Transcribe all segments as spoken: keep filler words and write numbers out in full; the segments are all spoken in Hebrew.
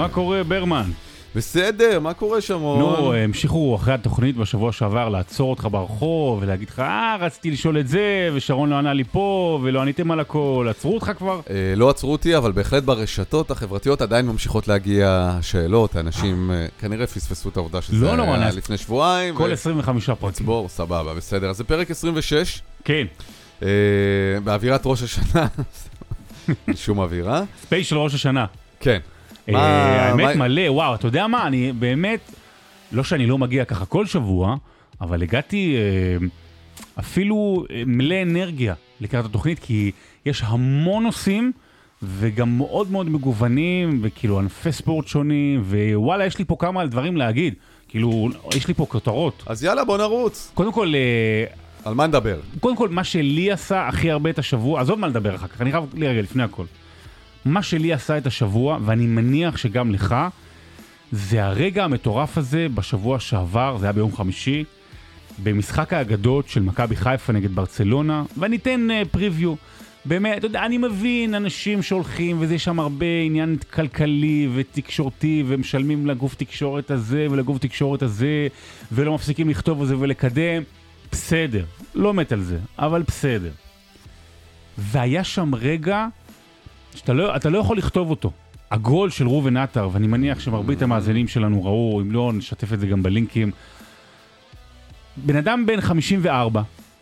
מה קורה, ברמן? בסדר, מה קורה שמרון? נו, המשיכו אחרי התוכנית בשבוע שעבר לעצור אותך ברחוב ולהגיד לך, אה, רציתי לשאול את זה, ושרון לא ענה לי פה, ולא עניתם על הכל. עצרו אותך כבר? אה, לא עצרו אותי, אבל בהחלט ברשתות החברתיות עדיין ממשיכות להגיע שאלות. האנשים אה, כנראה פספסו את העובדה שזה לא, לא, היה נס... לפני שבועיים. כל ו... עשרים וחמישה פרקים. בור, סבבה, בסדר. אז זה פרק עשרים ושש. כן. אה, באווירת ראש השנה. שום אווירה. ספייס של ראש השנה. כן. האמת מלא, וואו, אתה יודע מה, אני באמת, לא שאני לא מגיע ככה כל שבוע, אבל הגעתי אפילו מלא אנרגיה לקראת התוכנית, כי יש המון נושאים, וגם מאוד מאוד מגוונים, וכאילו ענפי ספורט שונים, ווואלה, יש לי פה כמה דברים להגיד, כאילו, יש לי פה כותרות. אז יאללה, בוא נרוץ. קודם כל, על מה נדבר? קודם כל, מה שלי עשה הכי הרבה את השבוע, עזוב מה לדבר אחר כך, אני חייב לי רגע לפני הכל. מה שלי עשה את השבוע, ואני מניח שגם לך, זה הרגע המטורף הזה בשבוע שעבר, זה היה ביום חמישי, במשחק האגדות של מכבי חיפה נגד ברצלונה, ואני אתן uh, פריוויו. באמת, אתה יודע, אני מבין אנשים שהולכים, וזה שם הרבה עניין כלכלי ותקשורתי, ומשלמים לגוף תקשורת הזה ולגוף תקשורת הזה, ולא מפסיקים לכתוב על זה ולקדם. בסדר, לא מת על זה, אבל בסדר. והיה שם רגע שאתה לא, אתה לא יכול לכתוב אותו. הגול של רובן עטר, ואני מניח שמרבית המאזינים שלנו ראו, אם לא נשתף את זה גם בלינקים. בן אדם בן חמישים וארבע,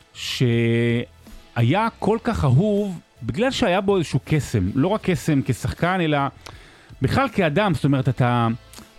שהיה כל כך אהוב, בגלל שהיה בו איזשהו קסם, לא רק קסם כשחקן, אלא בכלל כאדם, זאת אומרת, אתה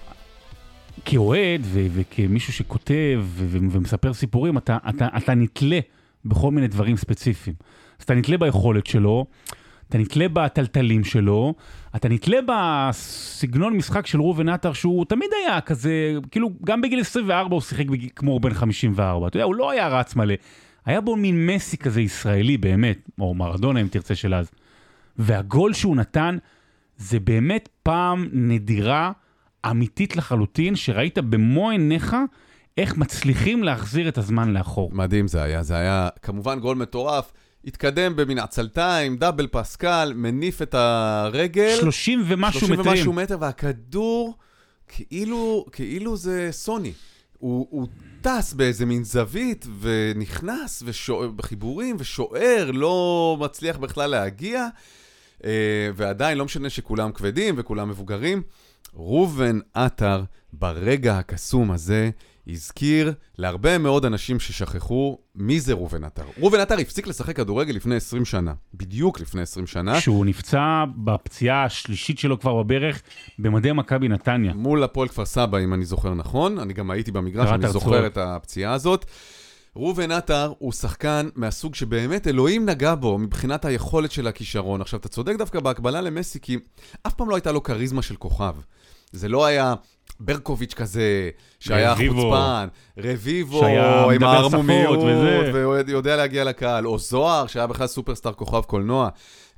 כאוהד ו- וכמישהו שכותב ו- ומספר סיפורים, אתה, אתה, אתה נתלה בכל מיני דברים ספציפיים. אז אתה נתלה ביכולת שלו, אתה נתלה בטלטלים שלו, אתה נתלה בסגנון משחק של רובן עטר, שהוא תמיד היה כזה, כאילו, גם בגיל עשרים וארבע הוא שיחק בגיל, כמו בן חמישים וארבע, אתה יודע, הוא לא היה רץ מלא, היה בו מין מסי כזה ישראלי באמת, או מרדונה אם תרצה של אז, והגול שהוא נתן, זה באמת פעם נדירה, אמיתית לחלוטין, שראית במו עיניך, איך מצליחים להחזיר את הזמן לאחור. מדהים זה היה, זה היה כמובן גול מטורף, התקדם במין עצלתיים, דאבל פסקל, מניף את הרגל. שלושים ומשהו שלושים מטרים. ומשהו מטר, והכדור, כאילו, כאילו זה סוני. הוא, הוא טס באיזה מין זווית, ונכנס ושואר, בחיבורים, ושואר, לא מצליח בכלל להגיע, ועדיין לא משנה שכולם כבדים וכולם מבוגרים. רובן עטר, ברגע הקסום הזה, הזכיר להרבה מאוד אנשים ששכחו מי זה רובן עטר. רובן עטר הפסיק לשחק כדורגל לפני עשרים שנה, בדיוק לפני עשרים שנה. שהוא נפצע בפציעה השלישית שלו כבר בברך, במדי מכבי נתניה. מול הפועל כפר סבא, אם אני זוכר נכון. אני גם הייתי במגרש, אני זוכר את הפציעה הזאת. רובן עטר הוא שחקן מהסוג שבאמת אלוהים נגע בו מבחינת היכולת של הכישרון. עכשיו, אתה צודק דווקא בהקבלה למסי, כי אף פעם לא הייתה לו קריזמה של כוכב. זה לא היה ברקוביץ' כזה, שהיה חוצפן, רביבו, עם הערמומיות, ויודע להגיע לקהל, או זוהר, שהיה בכלל סופרסטאר כוכב קולנוע.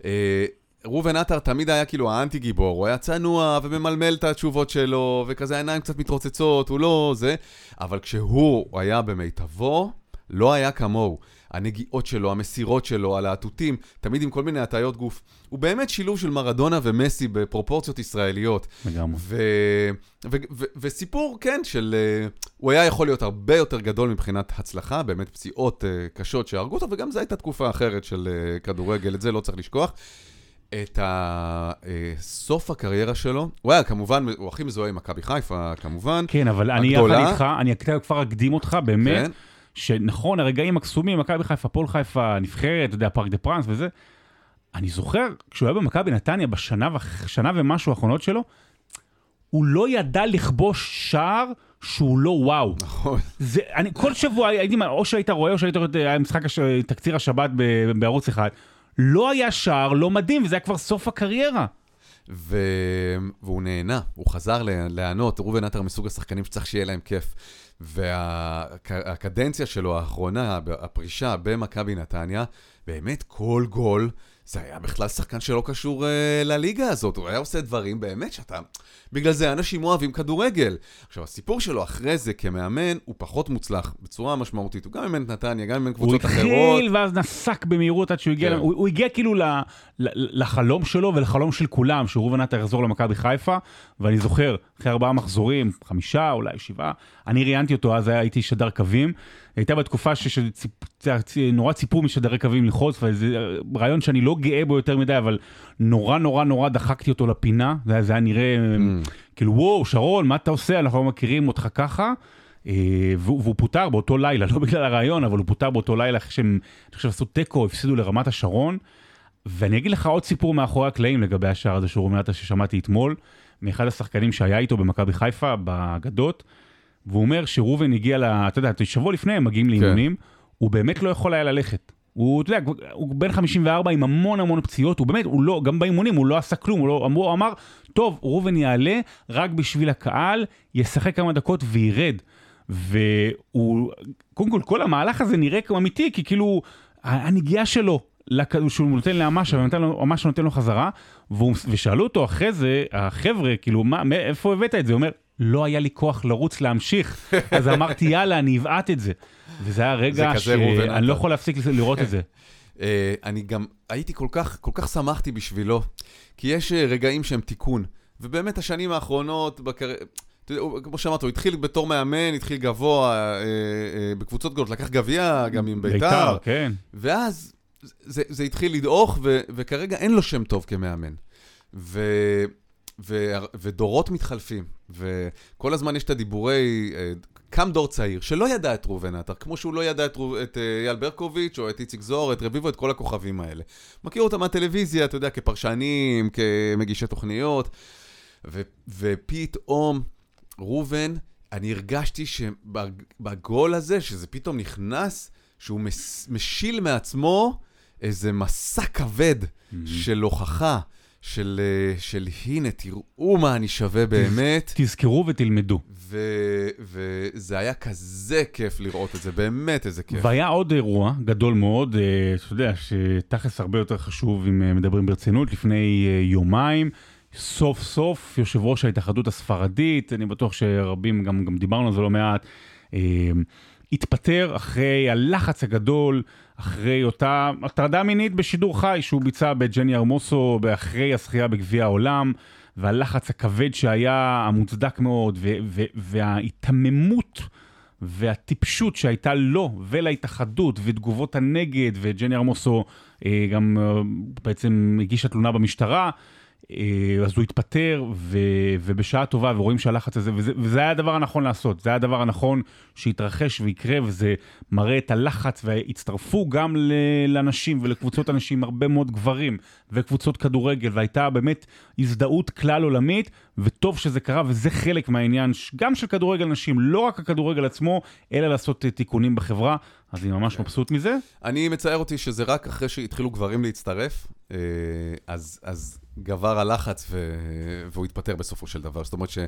רובן עטר תמיד היה כאילו האנטי גיבור, הוא היה צנוע וממלמל את התשובות שלו, וכזה העיניים קצת מתרוצצות, הוא לא זה, אבל כשהוא היה במיטבו, לא היה כמוהו. הנגיעות שלו, המסירות שלו, על העטוטים, תמיד עם כל מיני הטעיות גוף. הוא באמת שילוב של מרדונה ומסי בפרופורציות ישראליות. לגמרי. ו- ו- ו- וסיפור, כן, של... הוא היה יכול להיות הרבה יותר גדול מבחינת הצלחה, באמת פציעות קשות שהרגו אותו, וגם זו הייתה תקופה אחרת של כדורגל, את זה לא צריך לשכוח. את סוף הקריירה שלו, הוא היה כמובן, הוא הכי מזוהה עם מכבי חיפה, כמובן. כן, אבל אני יחד איתך, אני כבר אקדים אותך, באמת. כן. שנכון, הרגעים הקסומים, מכבי חיפה, פועל חיפה, נבחרת, אתה יודע, פארק דה פרנס וזה, אני זוכר, כשהוא היה במכבי נתניה, בשנה שנה ומשהו האחרונות שלו, הוא לא ידע לכבוש שער שהוא לא וואו. נכון. זה, אני, כל שבוע, הייתי, או שהיית רואה, או שהיית רואה, היה משחק, תקציר השבת בערוץ אחד, לא היה שער, לא מדהים, וזה היה כבר סוף הקריירה. ו... והוא נהנה, הוא חזר לענות, רובן עטר מסוג השחקנים שצריך שיהיה להם כיף. והקדנציה שלו האחרונה, הפרישה במכבי נתניה, באמת כל גול זה היה בכלל שחקן שלא קשור uh, לליגה הזאת, הוא היה עושה דברים באמת שאתה... בגלל זה אנשים אוהבים כדורגל. עכשיו, הסיפור שלו אחרי זה כמאמן הוא פחות מוצלח בצורה משמעותית. הוא גם אימן את נתניה, גם אימן קבוצות אחרות. הוא התחיל ואז נסק במהירות עד שהוא הגיע... כן. הוא, הוא הגיע כאילו ל, ל, לחלום שלו ולחלום של כולם, שראובן עטר יחזור למכבי חיפה, ואני זוכר, אחרי ארבעה מחזורים, חמישה, אולי שבעה, אני ראיינתי אותו, אז הייתי שדר קווים, הייתה בתקופה שנורא ציפו משדרי קווים לחוץ, וזה רעיון שאני לא גאה בו יותר מדי, אבל נורא נורא נורא דחקתי אותו לפינה, זה היה, זה היה נראה, mm. כאילו, וואו, שרון, מה אתה עושה? אנחנו לא מכירים אותך ככה, והוא, והוא פוטר באותו לילה, לא בגלל הרעיון, אבל הוא פוטר באותו לילה, אחרי שהם, אני חושב, עשו טקו, הפסידו לרמת השרון, ואני אגיד לך עוד סיפור מאחורי הקלעים לגבי השער הזה שהוא אומר ששמעתי אתמול, מאחד השחקנים שהיה איתו במכבי חיפה, בגדות, והוא אומר שרובן הגיע ל... אתה יודע, שבוע לפני הם מגיעים לאימונים, כן. הוא באמת לא יכול היה ללכת. הוא, אתה יודע, הוא בן חמישים וארבע עם המון המון פציעות, הוא באמת, הוא לא, גם באימונים הוא לא עשה כלום, הוא, לא, הוא אמר, טוב, רובן יעלה רק בשביל הקהל, ישחק כמה דקות וירד. והוא, קודם כל, כל המהלך הזה נראה כמו אמיתי, כי כאילו, הנגיעה שלו, שהוא נותן לאמש, ואמש נותן לו חזרה, ושאלו אותו אחרי זה, החבר'ה, כאילו, מה, איפה הבאת את זה? הוא אומר, לא היה לי כוח לרוץ להמשיך, אז אמרתי, יאללה, אני אבעט את זה. וזה היה רגע שאני לא יכול להפסיק לראות את זה. אני גם הייתי כל כך, כל כך שמחתי בשבילו, כי יש רגעים שהם תיקון, ובאמת השנים האחרונות, כמו שאמרת, הוא התחיל בתור מאמן, התחיל גבוה, בקבוצות גדולות, לקח גביע גם עם ביתר, ואז זה, זה התחיל לדעוך, ו, וכרגע אין לו שם טוב כמאמן. ו, ו, ודורות מתחלפים, וכל הזמן יש את הדיבורי, קם דור צעיר, שלא ידע את ראובן עטר, כמו שהוא לא ידע את, את אייל ברקוביץ' או את איציק זוהר, את רביבו, את כל הכוכבים האלה. מכיר אותם מהטלוויזיה, אתה יודע, כפרשנים, כמגישי תוכניות, ו, ופתאום ראובן, אני הרגשתי שבגול הזה, שזה פתאום נכנס, שהוא משיל מעצמו איזה מסע כבד mm-hmm. של הוכחה, של, של הנה, תראו מה אני שווה באמת. תזכרו ותלמדו. ו, וזה היה כזה כיף לראות את זה, באמת איזה כיף. והיה עוד אירוע גדול מאוד, אתה יודע, שתכלס הרבה יותר חשוב אם מדברים ברצינות, לפני יומיים, סוף סוף, יושב ראש ההתאחדות הספרדית, אני בטוח שרבים גם, גם דיברנו על זה לא מעט, התפטר אחרי הלחץ הגדול, אחרי אותה הטרדה מינית בשידור חי, שהוא ביצע בג'ני ארמוסו, באחרי הזכייה בגביע העולם, והלחץ הכבד שהיה המוצדק מאוד, ו- ו- וההתממות והטיפשות שהייתה לו ולהתאחדות, ותגובות הנגד, וג'ני ארמוסו גם בעצם הגישה תלונה במשטרה, אז הוא התפטר, ו, ובשעה טובה, ורואים שהלחץ הזה, וזה, וזה היה הדבר הנכון לעשות, זה היה הדבר הנכון שיתרחש ויקרה, וזה מראה את הלחץ, והצטרפו גם לאנשים ולקבוצות אנשים, הרבה מאוד גברים, וקבוצות כדורגל, והייתה באמת הזדהות כלל עולמית, וטוב שזה קרה, וזה חלק מהעניין, גם של כדורגל נשים, לא רק הכדורגל עצמו, אלא לעשות תיקונים בחברה, אז אני ממש מבסוט מזה. אני מצייר אותי שזה רק אחרי שהתחילו גברים להצטרף, אז, אז גבר הלחץ ו... והוא התפטר בסופו של דבר. זאת אומרת ש...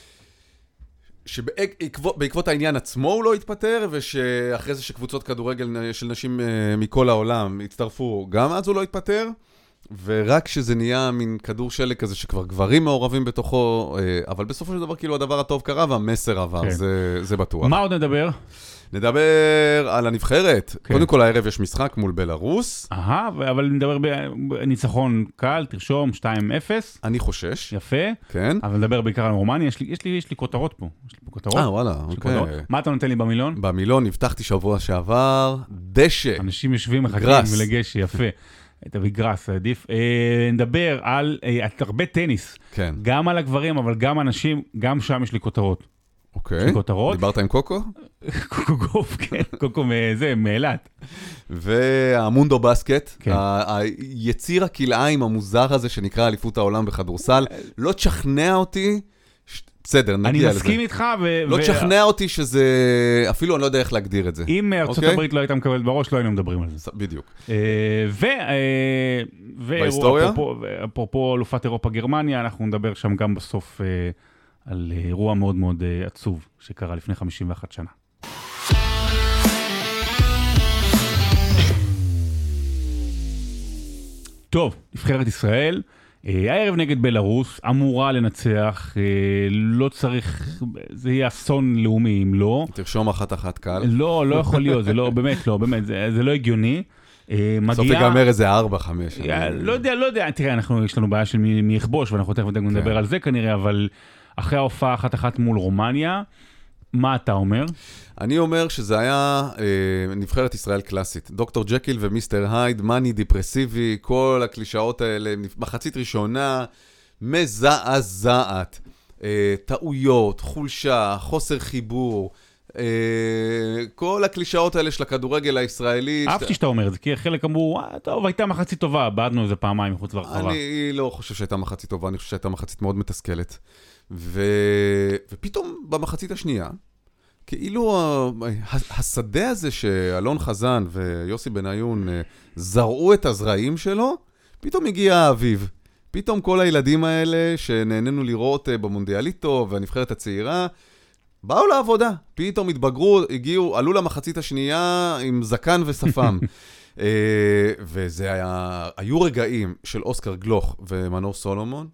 שבעקבות העניין עצמו הוא לא התפטר, ושאחרי זה שקבוצות כדורגל של נשים מכל העולם הצטרפו, גם אז הוא לא התפטר, ורק שזה נהיה מין כדור שלג כזה שכבר גברים מעורבים בתוכו, אבל בסופו של דבר כאילו הדבר הטוב קרה והמסר עבר, כן. זה, זה בטוח. מה עוד נדבר? נדבר על הנבחרת. כן. קודם כל הערב יש משחק מול בלרוס. אהה, אבל נדבר בניצחון קל, תרשום שתיים אפס. אני חושש. יפה. כן. אבל נדבר בעיקר על רומניה, יש לי, יש לי, יש לי כותרות פה. יש לי פה כותרות. אה, וואלה, אוקיי. מה אתה נותן לי במילון? במילון הבטחתי שבוע שעבר, דשא. אנשים יושבים מחכים ולגשי, יפה. את הוויגרס, עדיף. נדבר על הרבה טניס. כן. גם על הגברים, אבל גם אנשים, גם שם יש לי כותרות. אוקיי. דיברת עם קוקו? קוקו גוף, כן. קוקו זה, מאילת. והמונדו בסקט, היציר הכלאיים המוזר הזה שנקרא אליפות העולם בכדורסל, לא תשכנע אותי, בסדר, נגיע לזה. אני מסכים איתך ו... לא תשכנע אותי שזה, אפילו אני לא יודע איך להגדיר את זה. אם ארצות הברית לא הייתה מקבלת בראש, לא היינו מדברים על זה. בדיוק. ו... בהיסטוריה? אפרופו אלופת אירופה גרמניה, אנחנו נדבר שם גם בסוף על אירוע מאוד מאוד עצוב שקרה לפני חמישים ואחת שנה. טוב, נבחרת ישראל, הערב נגד בלרוס, אמורה לנצח, לא צריך, זה יהיה אסון לאומי אם לא. תרשום אחת אחת קל. לא, לא יכול להיות, זה לא, באמת לא, באמת, זה, זה לא הגיוני. בסוף יגמר איזה ארבע, חמש. לא יודע, לא יודע, תראה, אנחנו, יש לנו בעיה של מי יכבוש, ואנחנו תכף נדבר על זה כנראה, אבל אחרי ההופעה אחת אחת מול רומניה, מה אתה אומר? אני אומר שזה היה אה, נבחרת ישראל קלאסית. דוקטור ג'קיל ומיסטר הייד, מני דיפרסיבי, כל הקלישאות האלה, מחצית ראשונה, מזעזעת. אה, טעויות, חולשה, חוסר חיבור, אה, כל הקלישאות האלה של הכדורגל הישראלי. אהבתי שאתה אומר את זה, כי חלק אמרו, טוב, הייתה מחצית טובה, בעדנו איזה פעמיים מחוץ לרחבה. אני לא חושב שהייתה מחצית טובה, אני חושב שהייתה מחצית מאוד מתסכלת. ו... ופתאום במחצית השנייה, כאילו השדה הזה שאלון חזן ויוסי בניון זרעו את הזרעים שלו, פתאום הגיע האביב. פתאום כל הילדים האלה שנהנינו לראות במונדיאליטו והנבחרת הצעירה, באו לעבודה. פתאום התבגרו, הגיעו, עלו למחצית השנייה עם זקן ושפם. וזה היה, היו רגעים של אוסקר גלוך ומנור סולומון,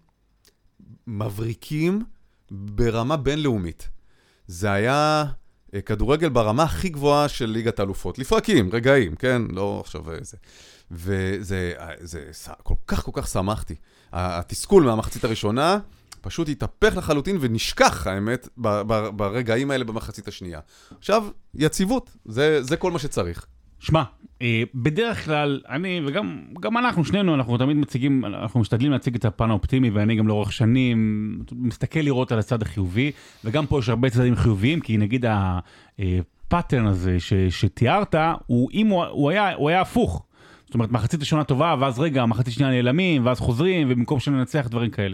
מבריקים ברמה בינלאומית. זה היה כדורגל ברמה הכי גבוהה של ליגת האלופות. לפרקים, רגעים, כן? לא עכשיו זה. וזה זה, כל כך כל כך שמחתי. התסכול מהמחצית הראשונה פשוט התהפך לחלוטין ונשכח, האמת, ברגעים האלה במחצית השנייה. עכשיו, יציבות. זה, זה כל מה שצריך. שמע, בדרך כלל, אני וגם גם אנחנו, שנינו, אנחנו תמיד מציגים, אנחנו משתדלים להציג את הפן האופטימי, ואני גם לאורך שנים מסתכל לראות על הצד החיובי, וגם פה יש הרבה צדדים חיוביים, כי נגיד הפאטרן הזה ש, שתיארת, הוא, אם הוא, הוא, היה, הוא היה הפוך. זאת אומרת, מחצית ראשונה טובה, ואז רגע, מחצית שנייה נעלמים, ואז חוזרים, ובמקום שננצח דברים כאלה.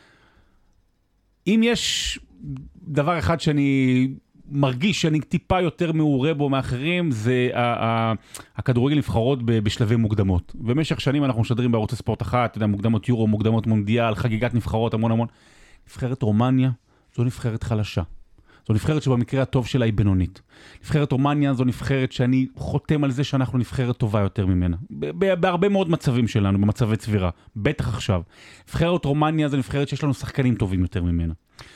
אם יש דבר אחד שאני מרגיש שאני טיפה יותר מעורה בו מאחרים, זה הכדורגל נבחרות בשלבי מוקדמות. במשך שנים אנחנו משדרים בערוץ ספורט אחת, אתה יודע, מוקדמות יורו, מוקדמות מונדיאל, חגיגת נבחרות, המון המון. נבחרת רומניה, זו נבחרת חלשה. זו נבחרת שבמקרה הטוב שלה היא בינונית. נבחרת רומניה זו נבחרת שאני חותם על זה שאנחנו נבחרת טובה יותר ממנה. בהרבה מאוד מצבים שלנו, במצבי צבירה. בטח עכשיו. נבחרת רומניה זו נבחרת שיש לנו שחקנים טובים יותר ממנה.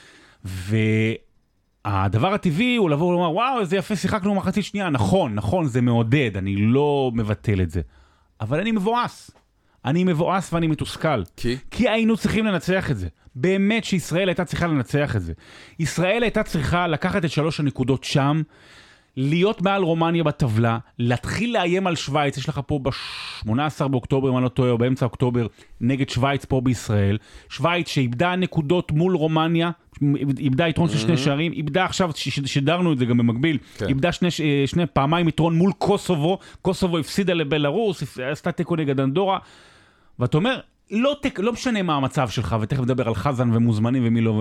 והדבר הטבעי הוא לבוא ולומר, וואו, איזה יפה, שיחקנו מחצית שנייה. נכון, נכון, זה מעודד, אני לא מבטל את זה. אבל אני מבואס. אני מבואס ואני מתוסכל. כי? כי היינו צריכים לנצח את זה. באמת שישראל הייתה צריכה לנצח את זה. ישראל הייתה צריכה לקחת את שלוש הנקודות שם, להיות מעל רומניה בטבלה, להתחיל לאיים על שוויץ, יש לך פה ב-שמונה עשר באוקטובר, אם אני לא טועה, או באמצע אוקטובר, נגד שוויץ פה בישראל. שוויץ שאיבדה נקודות מול רומניה, איבדה יתרון של שני שערים, איבדה עכשיו, שדרנו את זה גם במקביל, איבדה שני, שני פעמיים יתרון מול קוסובו, קוסובו הפסידה לבלרוס, עשתה תיקו נגד אנדורה, ואתה אומר, לא, תק... לא משנה מה המצב שלך, ותכף נדבר על חזן ומוזמנים ומי לא,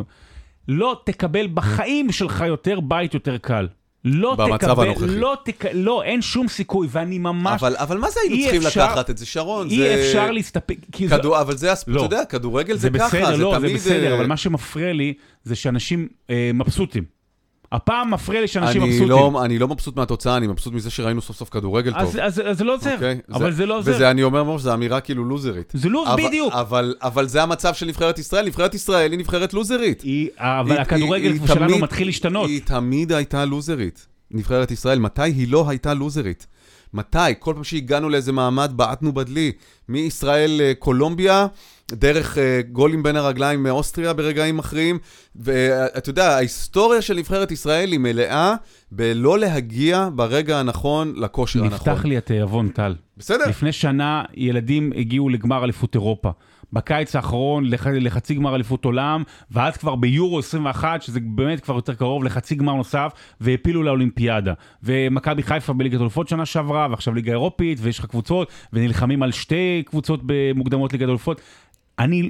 לא תקבל בחיים שלך יותר בית יותר קל. לא במצב תקבל, הנוכחי. לא, תק... לא, אין שום סיכוי, ואני ממש... אבל, אבל מה זה היינו צריכים אפשר, לקחת את זה, שרון? אי זה... אפשר להסתפק... כדור, זה... אבל זה, לא. אתה יודע, כדורגל זה, זה בסדר, ככה, זה לא, תמיד... זה בסדר, אבל מה שמפריע לי, זה שאנשים אה, מבסוטים. הפעם מפריע לי שאנשים אני מבסוטים. לא, אני לא מבסוט מהתוצאה, אני מבסוט מזה שראינו סוף סוף כדורגל אז, טוב. אז, אז זה לא עוזר, okay, אבל זה, זה לא עוזר. וזה אני אומר מראש, זו אמירה כאילו לוזרית. זה לוז אבל, בדיוק. אבל, אבל זה המצב של נבחרת ישראל, נבחרת ישראל היא נבחרת לוזרית. היא, אבל היא, הכדורגל היא, שלנו תמיד, מתחיל להשתנות. היא תמיד הייתה לוזרית, נבחרת ישראל. מתי היא לא הייתה לוזרית? מתי? כל פעם שהגענו לאיזה מעמד, בעטנו בדלי. מישראל קולומביה, דרך גולים בין הרגליים מאוסטריה ברגעים אחרים, ואתה יודע, ההיסטוריה של נבחרת ישראל היא מלאה בלא להגיע ברגע הנכון לכושר הנכון. נפתח לי התיאבון, טל. בסדר. לפני שנה ילדים הגיעו לגמר אליפות אירופה. בקיץ האחרון לח... לחצי גמר אליפות עולם, ואז כבר ביורו עשרים ואחת, שזה באמת כבר יותר קרוב, לחצי גמר נוסף, והפילו לאולימפיאדה. ומכבי חיפה בליגת האלופות שנה שעברה, ועכשיו ליגה אירופית, ויש לך קבוצות, ונלחמים על שתי קבוצות במוקדמות ליגת האלופות. אני...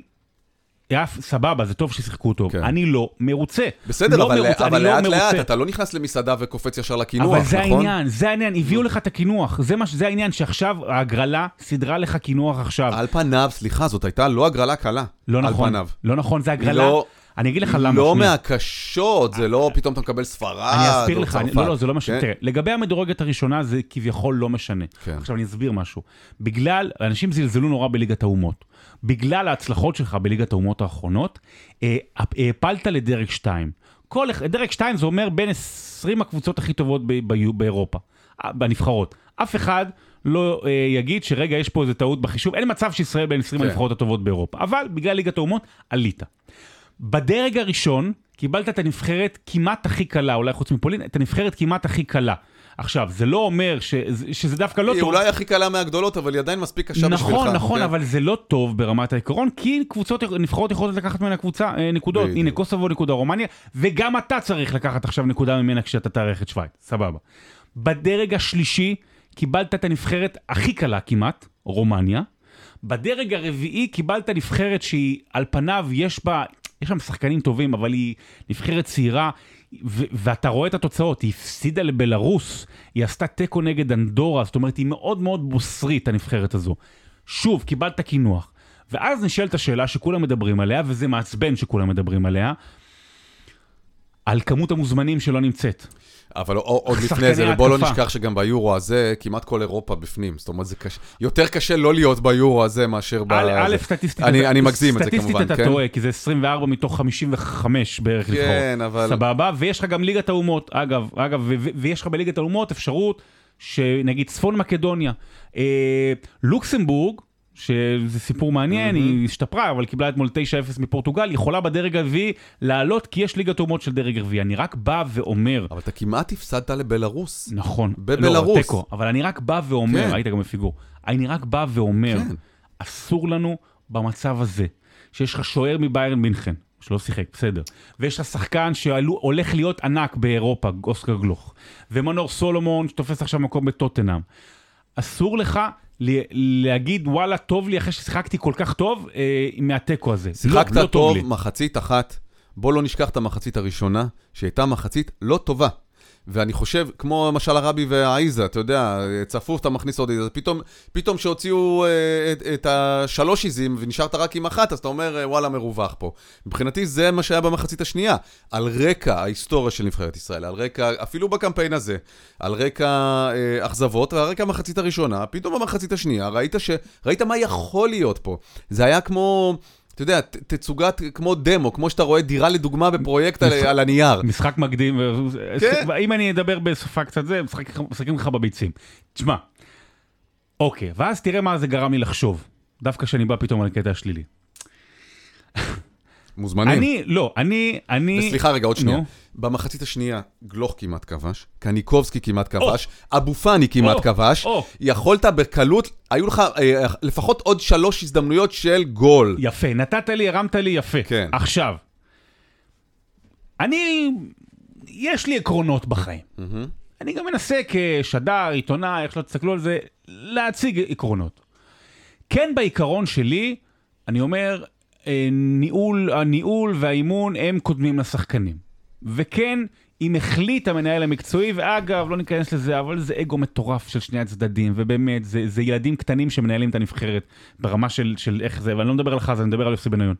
יף, סבבה, זה טוב ששיחקו טוב. כן. אני לא מרוצה. בסדר, לא אבל, מרוצה, אבל לא לאט מרוצה. לאט, אתה לא נכנס למסעדה וקופץ ישר לקינוח, אבל זה נכון? העניין, זה העניין, הביאו לך את הקינוח. זה, מה, זה העניין שעכשיו ההגרלה סדרה לך קינוח עכשיו. על פניו, סליחה, זאת הייתה לא הגרלה קלה. לא על נכון, פניו. לא נכון, זה הגרלה. לא... אני אגיד לך למה. לא מהקשות, זה לא פתאום אתה מקבל ספרד. אני אסביר לך, לא, לא, זה לא משנה. תראה, לגבי המדורגת הראשונה זה כביכול לא משנה. עכשיו אני אסביר משהו. בגלל, אנשים זלזלו נורא בליגת האומות. בגלל ההצלחות שלך בליגת האומות האחרונות, הפלת לדרג שתיים. כל, דרג שתיים זה אומר בין עשרים הקבוצות הכי טובות באירופה, בנבחרות. אף אחד לא uh, יגיד שרגע יש פה איזה טעות בחישוב, אין מצב שישראל בין עשרים כן. הנבחרות הטובות באירופה, אבל בגלל ליגת האומות עלית. בדרג הראשון קיבלת את הנבחרת כמעט הכי קלה, אולי חוץ מפולין, את הנבחרת כמעט הכי קלה. עכשיו, זה לא אומר ש... שזה דווקא לא היא טוב. היא אולי הכי קלה מהגדולות, אבל היא עדיין מספיק קשה נכון, בשבילך. נכון, נכון, כן? אבל זה לא טוב ברמת העיקרון, כי קבוצות, נבחרות יכולות לקחת ממנה קבוצה, נקודות. בדיוק. הנה, קוסובו נקודה רומניה, וגם אתה צריך לקחת עכשיו נקודה ממנה כשאתה תארח את שווייץ. סבבה. בדרג השלישי, קיבלת את הנבחרת הכי קלה כמעט, רומניה. בדרג הרביעי קיבלת נבחרת שהיא על פניו יש בה, יש שם שחקנים טובים, אבל היא נבחרת צעירה, ו- ואתה רואה את התוצאות, היא הפסידה לבלרוס, היא עשתה טקו נגד אנדורה, זאת אומרת, היא מאוד מאוד בוסרית הנבחרת הזו. שוב, קיבלת כינוח. ואז נשאלת השאלה שכולם מדברים עליה, וזה מעצבן שכולם מדברים עליה, על כמות המוזמנים שלא נמצאת. אבל עוד לפני זה, ובוא לא נשכח שגם ביורו הזה, כמעט כל אירופה בפנים. זאת אומרת, זה קשה. יותר קשה לא להיות ביורו הזה מאשר ב... א', סטטיסטית... אני מגזים את זה כמובן, כן? סטטיסטית אתה טועה, כי זה עשרים וארבע מתוך חמישים וחמש בערך לבחור. כן, אבל... סבבה, ויש לך גם ליגת האומות, אגב, אגב, ויש לך בליגת האומות אפשרות שנגיד צפון מקדוניה, לוקסמבורג, שזה סיפור מעניין, mm-hmm. היא השתפרה, אבל קיבלה אתמול תשע אפס מפורטוגל, יכולה בדרג הרביעי לעלות, כי יש ליגת האומות של דרג רביעי. אני רק בא ואומר... אבל אתה כמעט הפסדת לבלרוס. נכון. בבלרוס. לא, תקו. אבל אני רק בא ואומר, כן. היית גם בפיגור, אני רק בא ואומר, כן. אסור לנו במצב הזה, שיש לך שוער מביירן מינכן, שלא שיחק, בסדר. ויש לך שחקן שהולך להיות ענק באירופה, אוסקר גלוך. ומנור סולומון, שתופס עכשיו מקום בטוטנאם. אסור לך להגיד, וואלה, טוב לי אחרי ששיחקתי כל כך טוב אה, מהטקו הזה. שיחקת לא, לא טוב, טוב מחצית אחת. בוא לא נשכח את המחצית הראשונה, שהייתה מחצית לא טובה. ואני חושב, כמו משל הרבי והעיזה, אתה יודע, צפוף, אתה מכניס עוד איזה, פתאום, פתאום שהוציאו את, את השלוש עיזים ונשארת רק עם אחת, אז אתה אומר, וואלה, מרווח פה. מבחינתי זה מה שהיה במחצית השנייה, על רקע ההיסטוריה של נבחרת ישראל, על רקע, אפילו בקמפיין הזה, על רקע אה, אכזבות, ועל רקע המחצית הראשונה, פתאום במחצית השנייה, ראית, ש, ראית מה יכול להיות פה. זה היה כמו... אתה יודע, תצוגת כמו דמו, כמו שאתה רואה דירה לדוגמה בפרויקט על, על הנייר. משחק מקדים, כן. אם אני אדבר בסופה קצת זה, משחקים לך בביצים. תשמע, אוקיי, ואז תראה מה זה גרם לי לחשוב, דווקא שאני בא פתאום על הקטע השלילי. מוזמנים. אני, לא, אני, אני... וסליחה רגע, עוד שנייה. במחצית השנייה, גלוך כמעט כבש, קניקובסקי כמעט כבש, אבו פאני כמעט כבש, יכולת בקלות, היו לך לפחות עוד שלוש הזדמנויות של גול. יפה, נתת לי, הרמת לי, יפה. כן. עכשיו, אני, יש לי עקרונות בחיים. אני גם מנסה כשדר, עיתונאי, איך שלא תסתכלו על זה, להציג עקרונות. כן, בעיקרון שלי, אני אומר... ניהול, הניהול והאימון הם קודמים לשחקנים. וכן, אם החליט המנהל המקצועי, ואגב, לא ניכנס לזה, אבל זה אגו מטורף של שני הצדדים, ובאמת, זה, זה ילדים קטנים שמנהלים את הנבחרת, ברמה של, של איך זה, ואני לא מדבר על חזה, אני מדבר על יוסי בניון.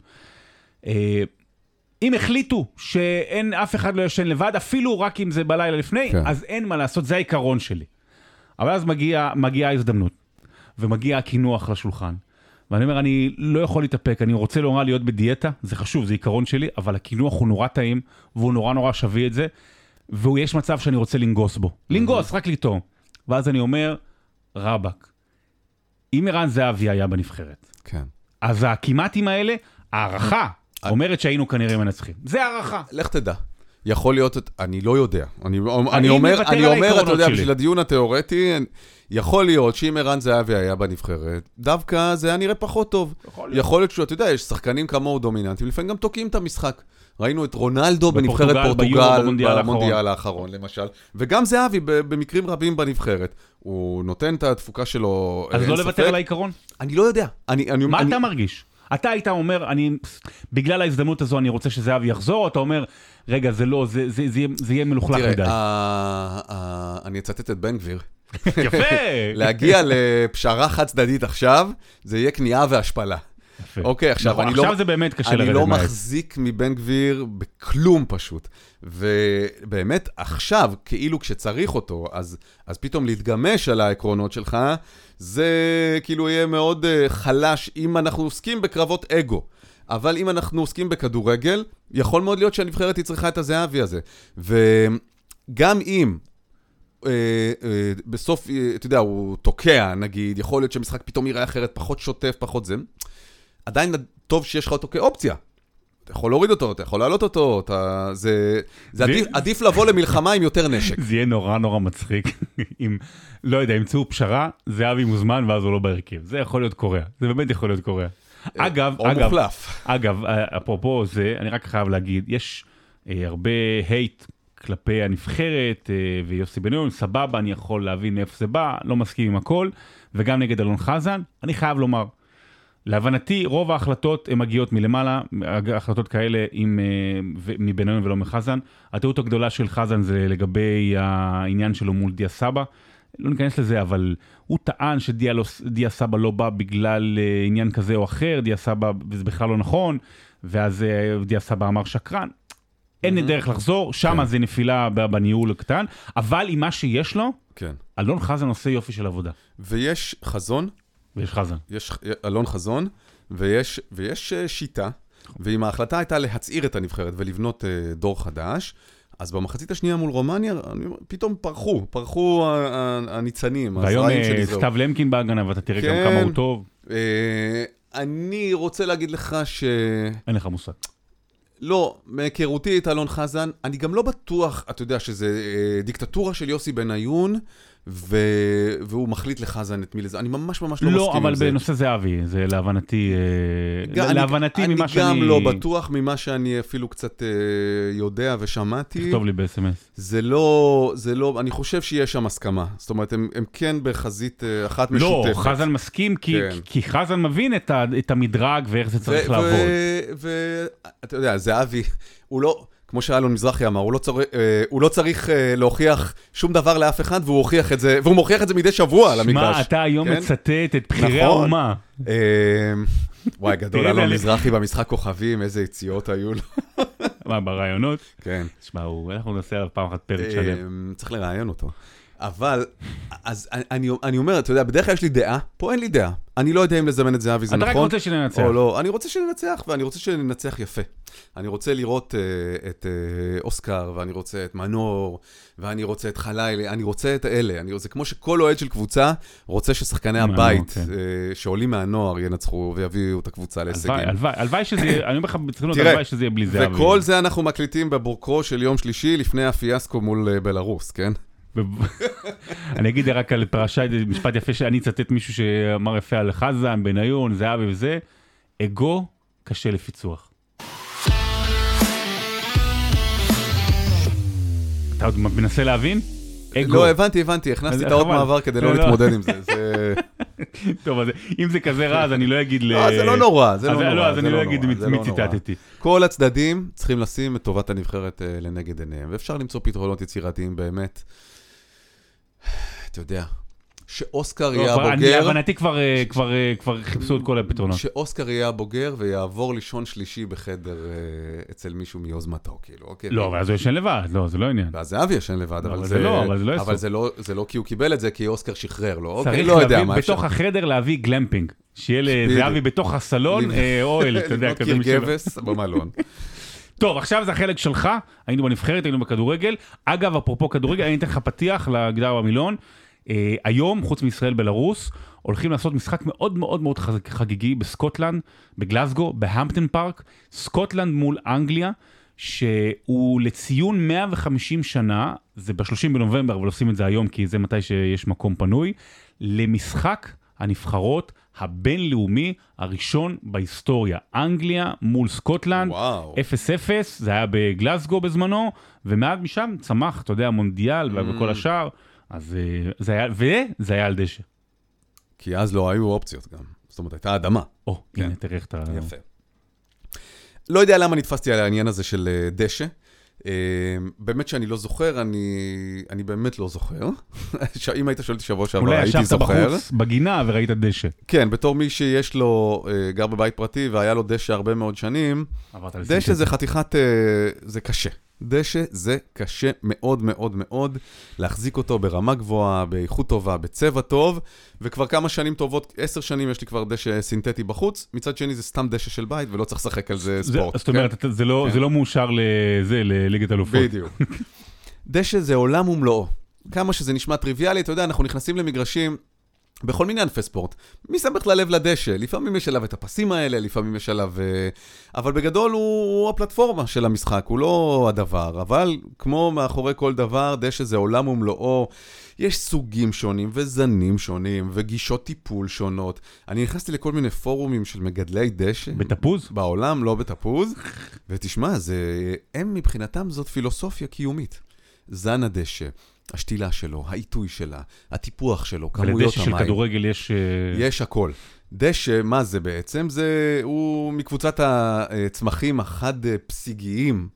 אם החליטו שאין אף אחד לא ישן לבד, אפילו רק אם זה בלילה לפני, כן. אז אין מה לעשות, זה העיקרון שלי. אבל אז מגיע, מגיעה ההזדמנות, ומגיע הכינוח לשולחן. ואני אומר, אני לא יכול להתאפק, אני רוצה נורא להיות בדיאטה, זה חשוב, זה עיקרון שלי, אבל הכינוח הוא נורא טעים, והוא נורא נורא שווה את זה, ויש מצב שאני רוצה לנגוס בו. לנגוס, רק לטעום. ואז אני אומר, רבק, אם ערן זהבי היה בנבחרת, כן. אז הכמעטים האלה, הערכה, אומרת שהיינו כנראה מנצחים. זה הערכה. לך תדע. יכול להיות, אני לא יודע. אני, אני אומר, אני אומר, אתה יודע, בשביל הדיון התיאורטי, יכול להיות שאם ערן זהבי היה בנבחרת, דווקא זה היה נראה פחות טוב. יכול להיות, יכול להיות שאתה יודע, יש שחקנים כמוהו דומיננטיים, לפעמים גם תוקעים את המשחק. ראינו את רונלדו בנבחרת פורטוגל, במונדיאל האחרון, למשל. וגם זהבי במקרים רבים בנבחרת. הוא נותן את התפוקה שלו. אז לא לוותר על העיקרון? אני לא יודע. מה אתה מרגיש? אתה היית אומר, אני, בגלל ההזדמנות הזו אני רוצה שזהבי יחזור, או אתה אומר, רגע, זה לא, זה, זה, זה, זה יהיה מלוכלך מדי. תראה, אני אצטט את בן גביר. יפה. להגיע לפשרה חד צדדית עכשיו, זה יהיה כניעה והשפלה. אוקיי, עכשיו אני לא... עכשיו זה באמת קשה לרדת אני לא מהעץ. מחזיק מבן גביר בכלום פשוט. ובאמת, עכשיו, כאילו כשצריך אותו, אז, אז פתאום להתגמש על העקרונות שלך, זה כאילו יהיה מאוד uh, חלש אם אנחנו עוסקים בקרבות אגו. אבל אם אנחנו עוסקים בכדורגל, יכול מאוד להיות שהנבחרת היא צריכה את הזהבי הזה. וגם אם אה, אה, בסוף, אה, אתה יודע, הוא תוקע, נגיד, יכול להיות שמשחק פתאום יראה אחרת, פחות שוטף, פחות זה, עדיין טוב שיש לך אותו כאופציה. אתה יכול להוריד אותו, אתה יכול להעלות אותו, אתה, זה, זה עדיף, עדיף לבוא למלחמה עם יותר נשק. זה יהיה נורא נורא מצחיק. אם, לא יודע, ימצאו פשרה, זהבי מוזמן ואז הוא לא בהרכב. זה יכול להיות קוריאה. זה באמת יכול להיות קוריאה. אגב, או אגב, מוחלף. אגב, אפרופו זה, אני רק חייב להגיד, יש אה, הרבה הייט כלפי הנבחרת, אה, ויוסי בניון, סבבה, אני יכול להבין מאיפה זה בא, לא מסכים עם הכל, וגם נגד אלון חזן, אני חייב לומר, להבנתי, רוב ההחלטות הן מגיעות מלמעלה, החלטות כאלה עם, אה, מבניון ולא מחזן. הטעות הגדולה של חזן זה לגבי העניין שלו מול דיה סבא, לא ניכנס לזה, אבל הוא טען שדיה לא, דיה סבא לא בא בגלל uh, עניין כזה או אחר, דיה סבא, וזה בכלל לא נכון, ואז uh, דיה סבא אמר שקרן. אין mm-hmm. דרך לחזור, שם כן. זה נפילה בניהול הקטן, אבל עם מה שיש לו, כן. אלון חזן עושה יופי של עבודה. ויש חזון. ויש חזן. יש אלון חזון, ויש, ויש uh, שיטה, ואם ההחלטה הייתה להצעיר את הנבחרת ולבנות uh, דור חדש, אז במחצית השנייה מול רומניה, פתאום פרחו, פרחו הניצנים. והיום סתיו למקין בהגנה, ואתה תראה גם כמה הוא טוב. אני רוצה להגיד לך ש... אין לך מושג. לא, מהיכרותי את אלון חזן, אני גם לא בטוח, אתה יודע, שזה דיקטטורה של יוסי בניון, ו... והוא מחליט לחזן את מי לזה. אני ממש ממש לא, לא מסכים עם זה. לא, אבל בנושא זהבי, זה להבנתי, אני, להבנתי ממה אני שאני... אני גם לא בטוח ממה שאני אפילו קצת uh, יודע ושמעתי. תכתוב לי ב-אס אם אס. זה לא, זה לא, אני חושב שיש שם הסכמה. זאת אומרת, הם, הם כן בחזית uh, אחת משותפת. לא, חזן מסכים, כי, כן. כי חזן מבין את, ה, את המדרג ואיך זה צריך ו- לעבוד. ואתה יודע, זהבי, הוא לא... כמו שאלון מזרחי אמר, הוא לא צריך, הוא לא צריך להוכיח שום דבר לאף אחד, והוא הוכיח את זה, והוא מוכיח את זה מדי שבוע על המגרש. שמע, אתה היום מצטט את בחירי האומה. וואי, גדול, אלון מזרחי במשחק כוכבים, איזה יציאות היו לו. מה, ברעיונות? כן. שמע, אנחנו נעשה עליו פעם אחת פרק שלם. צריך לראיין אותו. אבל, אז אני, אני אומר, אתה יודע, בדרך כלל יש לי דעה, פה אין לי דעה. אני לא יודע אם לזמן את זהבי, זה נכון? אתה רק רוצה שננצח. או לא, אני רוצה שננצח, ואני רוצה שננצח יפה. אני רוצה לראות uh, את uh, אוסקר, ואני רוצה את מנור, ואני רוצה את חלילי, אני רוצה את אלה. אני רוצה, כמו שכל אוהד של קבוצה רוצה ששחקני הבית, כן. uh, שעולים מהנוער, ינצחו ויביאו את הקבוצה להישגים. הלוואי, הלוואי שזה יהיה, אני אומר לך, צריכים להיות הלוואי שזה יהיה בלי זהבי. וכל זה אנחנו מקליטים בבורקרו של יום שלישי, לפני הפיאסקו מול uh, בלרוס, כן? אני אגיד רק על פרשה, משפט יפה שאני אצטט מישהו שאמר יפה על חזן, בניון, זהבי וזה, אגו קשה לפיצוח. אתה עוד מנסה להבין? אגו. לא, הבנתי, הבנתי, הכנסתי את העוד מעבר כדי לא להתמודד עם זה. טוב, אז אם זה כזה רע, אז אני לא אגיד... לא, זה לא נורא, זה לא נורא. לא, אז אני לא אגיד מי ציטטתי. כל הצדדים צריכים לשים את טובת הנבחרת לנגד עיניהם, ואפשר למצוא פתרונות יצירתיים באמת. אתה יודע, שאוסקר יהיה הבוגר... הבנתי כבר חיפשו את כל הפתרונות. שאוסקר יהיה הבוגר ויעבור לישון שלישי בחדר אצל מישהו מיוזמתו, כאילו, אוקיי? לא, אבל אז הוא ישן לבד, לא, זה לא עניין. ואז זהבי ישן לבד, אבל זה לא כי הוא קיבל את זה, כי אוסקר שחרר לו, אוקיי? לא יודע מה אפשר. בתוך החדר להביא גלמפינג, שיהיה לזהבי בתוך הסלון, אוהל, אתה יודע, כזה משלו. גבס במלון. טוב, עכשיו זה החלק שלך, היינו בנבחרת, היינו בכדורגל. אגב, אפרופו כדורגל, אני אתן לך פתיח לגדר במילון. Uh, היום, חוץ מישראל בלרוס, הולכים לעשות משחק מאוד מאוד מאוד חגיגי בסקוטלנד, בגלסגו, בהמפטון פארק, סקוטלנד מול אנגליה, שהוא לציון מאה וחמישים שנה, זה ב-שלושים בנובמבר, אבל עושים את זה היום, כי זה מתי שיש מקום פנוי, למשחק הנבחרות הבינלאומי הראשון בהיסטוריה. אנגליה מול סקוטלנד, אפס אפס, זה היה בגלסגו בזמנו, ומעד משם צמח, אתה יודע, מונדיאל וכל השאר, אז זה היה, וזה היה על דשא. כי אז לא היו אופציות גם. זאת אומרת, הייתה אדמה. או, הנה, תראה איך אתה... יפה. לא יודע למה נתפסתי על העניין הזה של דשא. באמת שאני לא זוכר, אני באמת לא זוכר. אם היית שואל אותי שבוע שעבר, הייתי זוכר. אולי ישבת בחוץ בגינה וראית דשא. כן, בתור מי שיש לו, גר בבית פרטי והיה לו דשא הרבה מאוד שנים, דשא זה חתיכת, זה קשה. דשא זה קשה מאוד מאוד מאוד, להחזיק אותו ברמה גבוהה, באיכות טובה, בצבע טוב, וכבר כמה שנים טובות, עשר שנים יש לי כבר דשא סינתטי בחוץ, מצד שני זה סתם דשא של בית, ולא צריך לשחק על זה ספורט. זאת אומרת, זה לא מאושר לזה, לליגת אלופות. בדיוק. דשא זה עולם ומלואו. כמה שזה נשמע טריוויאלי, אתה יודע, אנחנו נכנסים למגרשים, בכל מיני ענפי ספורט. מי שם בכלל לב לדשא? לפעמים יש עליו את הפסים האלה, לפעמים יש עליו... אבל בגדול הוא, הוא הפלטפורמה של המשחק, הוא לא הדבר. אבל כמו מאחורי כל דבר, דשא זה עולם ומלואו. יש סוגים שונים וזנים שונים וגישות טיפול שונות. אני נכנסתי לכל מיני פורומים של מגדלי דשא. בתפוז? בעולם, לא בתפוז. ותשמע, זה... הם מבחינתם זאת פילוסופיה קיומית. זן הדשא. השתילה שלו, העיתוי שלה, הטיפוח שלו, כמויות המים. ולדשא של כדורגל יש... יש הכל. דשא, מה זה בעצם? זה, הוא מקבוצת הצמחים החד פסיגיים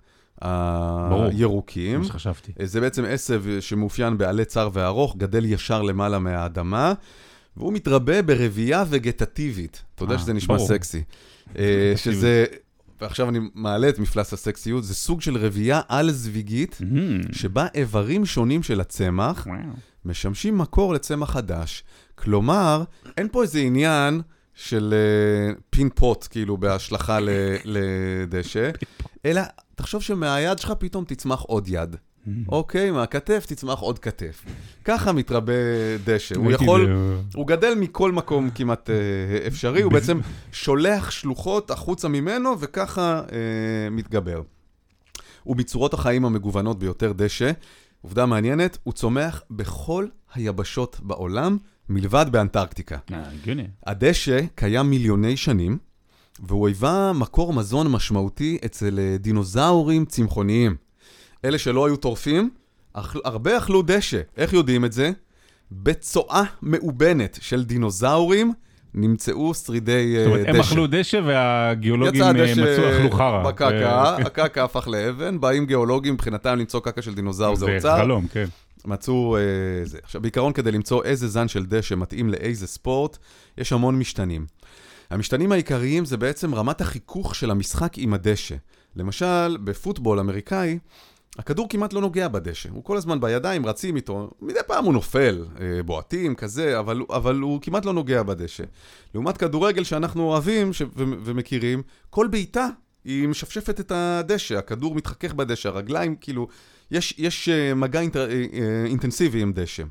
הירוקים. ברור, שחשבתי. זה בעצם עשב שמאופיין בעלי צר וארוך, גדל ישר למעלה מהאדמה, והוא מתרבה ברבייה וגטטיבית. אתה יודע שזה נשמע סקסי. שזה... ועכשיו אני מעלה את מפלס הסקסיות, זה סוג של רבייה על-זוויגית, שבה איברים שונים של הצמח משמשים מקור לצמח חדש. כלומר, אין פה איזה עניין של פין פוט, כאילו, בהשלכה לדשא, אלא תחשוב שמהיד שלך פתאום תצמח עוד יד. אוקיי, מהכתף תצמח עוד כתף. ככה מתרבה דשא. הוא יכול, הוא גדל מכל מקום כמעט אפשרי, הוא בעצם שולח שלוחות החוצה ממנו, וככה מתגבר. ובצורות החיים המגוונות ביותר דשא, עובדה מעניינת, הוא צומח בכל היבשות בעולם, מלבד באנטרקטיקה. הדשא קיים מיליוני שנים, והוא היווה מקור מזון משמעותי אצל דינוזאורים צמחוניים. אלה שלא היו טורפים, הרבה אכלו דשא. איך יודעים את זה? בצואה מאובנת של דינוזאורים נמצאו שרידי דשא. זאת אומרת, הם אכלו דשא והגיאולוגים מצאו אכלו חרה. בקקה, הקקה הפך לאבן, באים גיאולוגים מבחינתם למצוא קקה של דינוזאור, זה אוצר. זה חלום, כן. מצאו זה. עכשיו, בעיקרון כדי למצוא איזה זן של דשא מתאים לאיזה ספורט, יש המון משתנים. המשתנים העיקריים זה בעצם רמת החיכוך של המשחק עם הדשא. למשל, בפוטבול אמריקאי, הכדור כמעט לא נוגע בדשא, הוא כל הזמן בידיים, רצים איתו, מדי פעם הוא נופל, בועטים כזה, אבל, אבל הוא כמעט לא נוגע בדשא. לעומת כדורגל שאנחנו אוהבים ש... ו... ומכירים, כל בעיטה היא משפשפת את הדשא, הכדור מתחכך בדשא, הרגליים כאילו, יש, יש מגע אינט... אינטנסיבי עם דשא.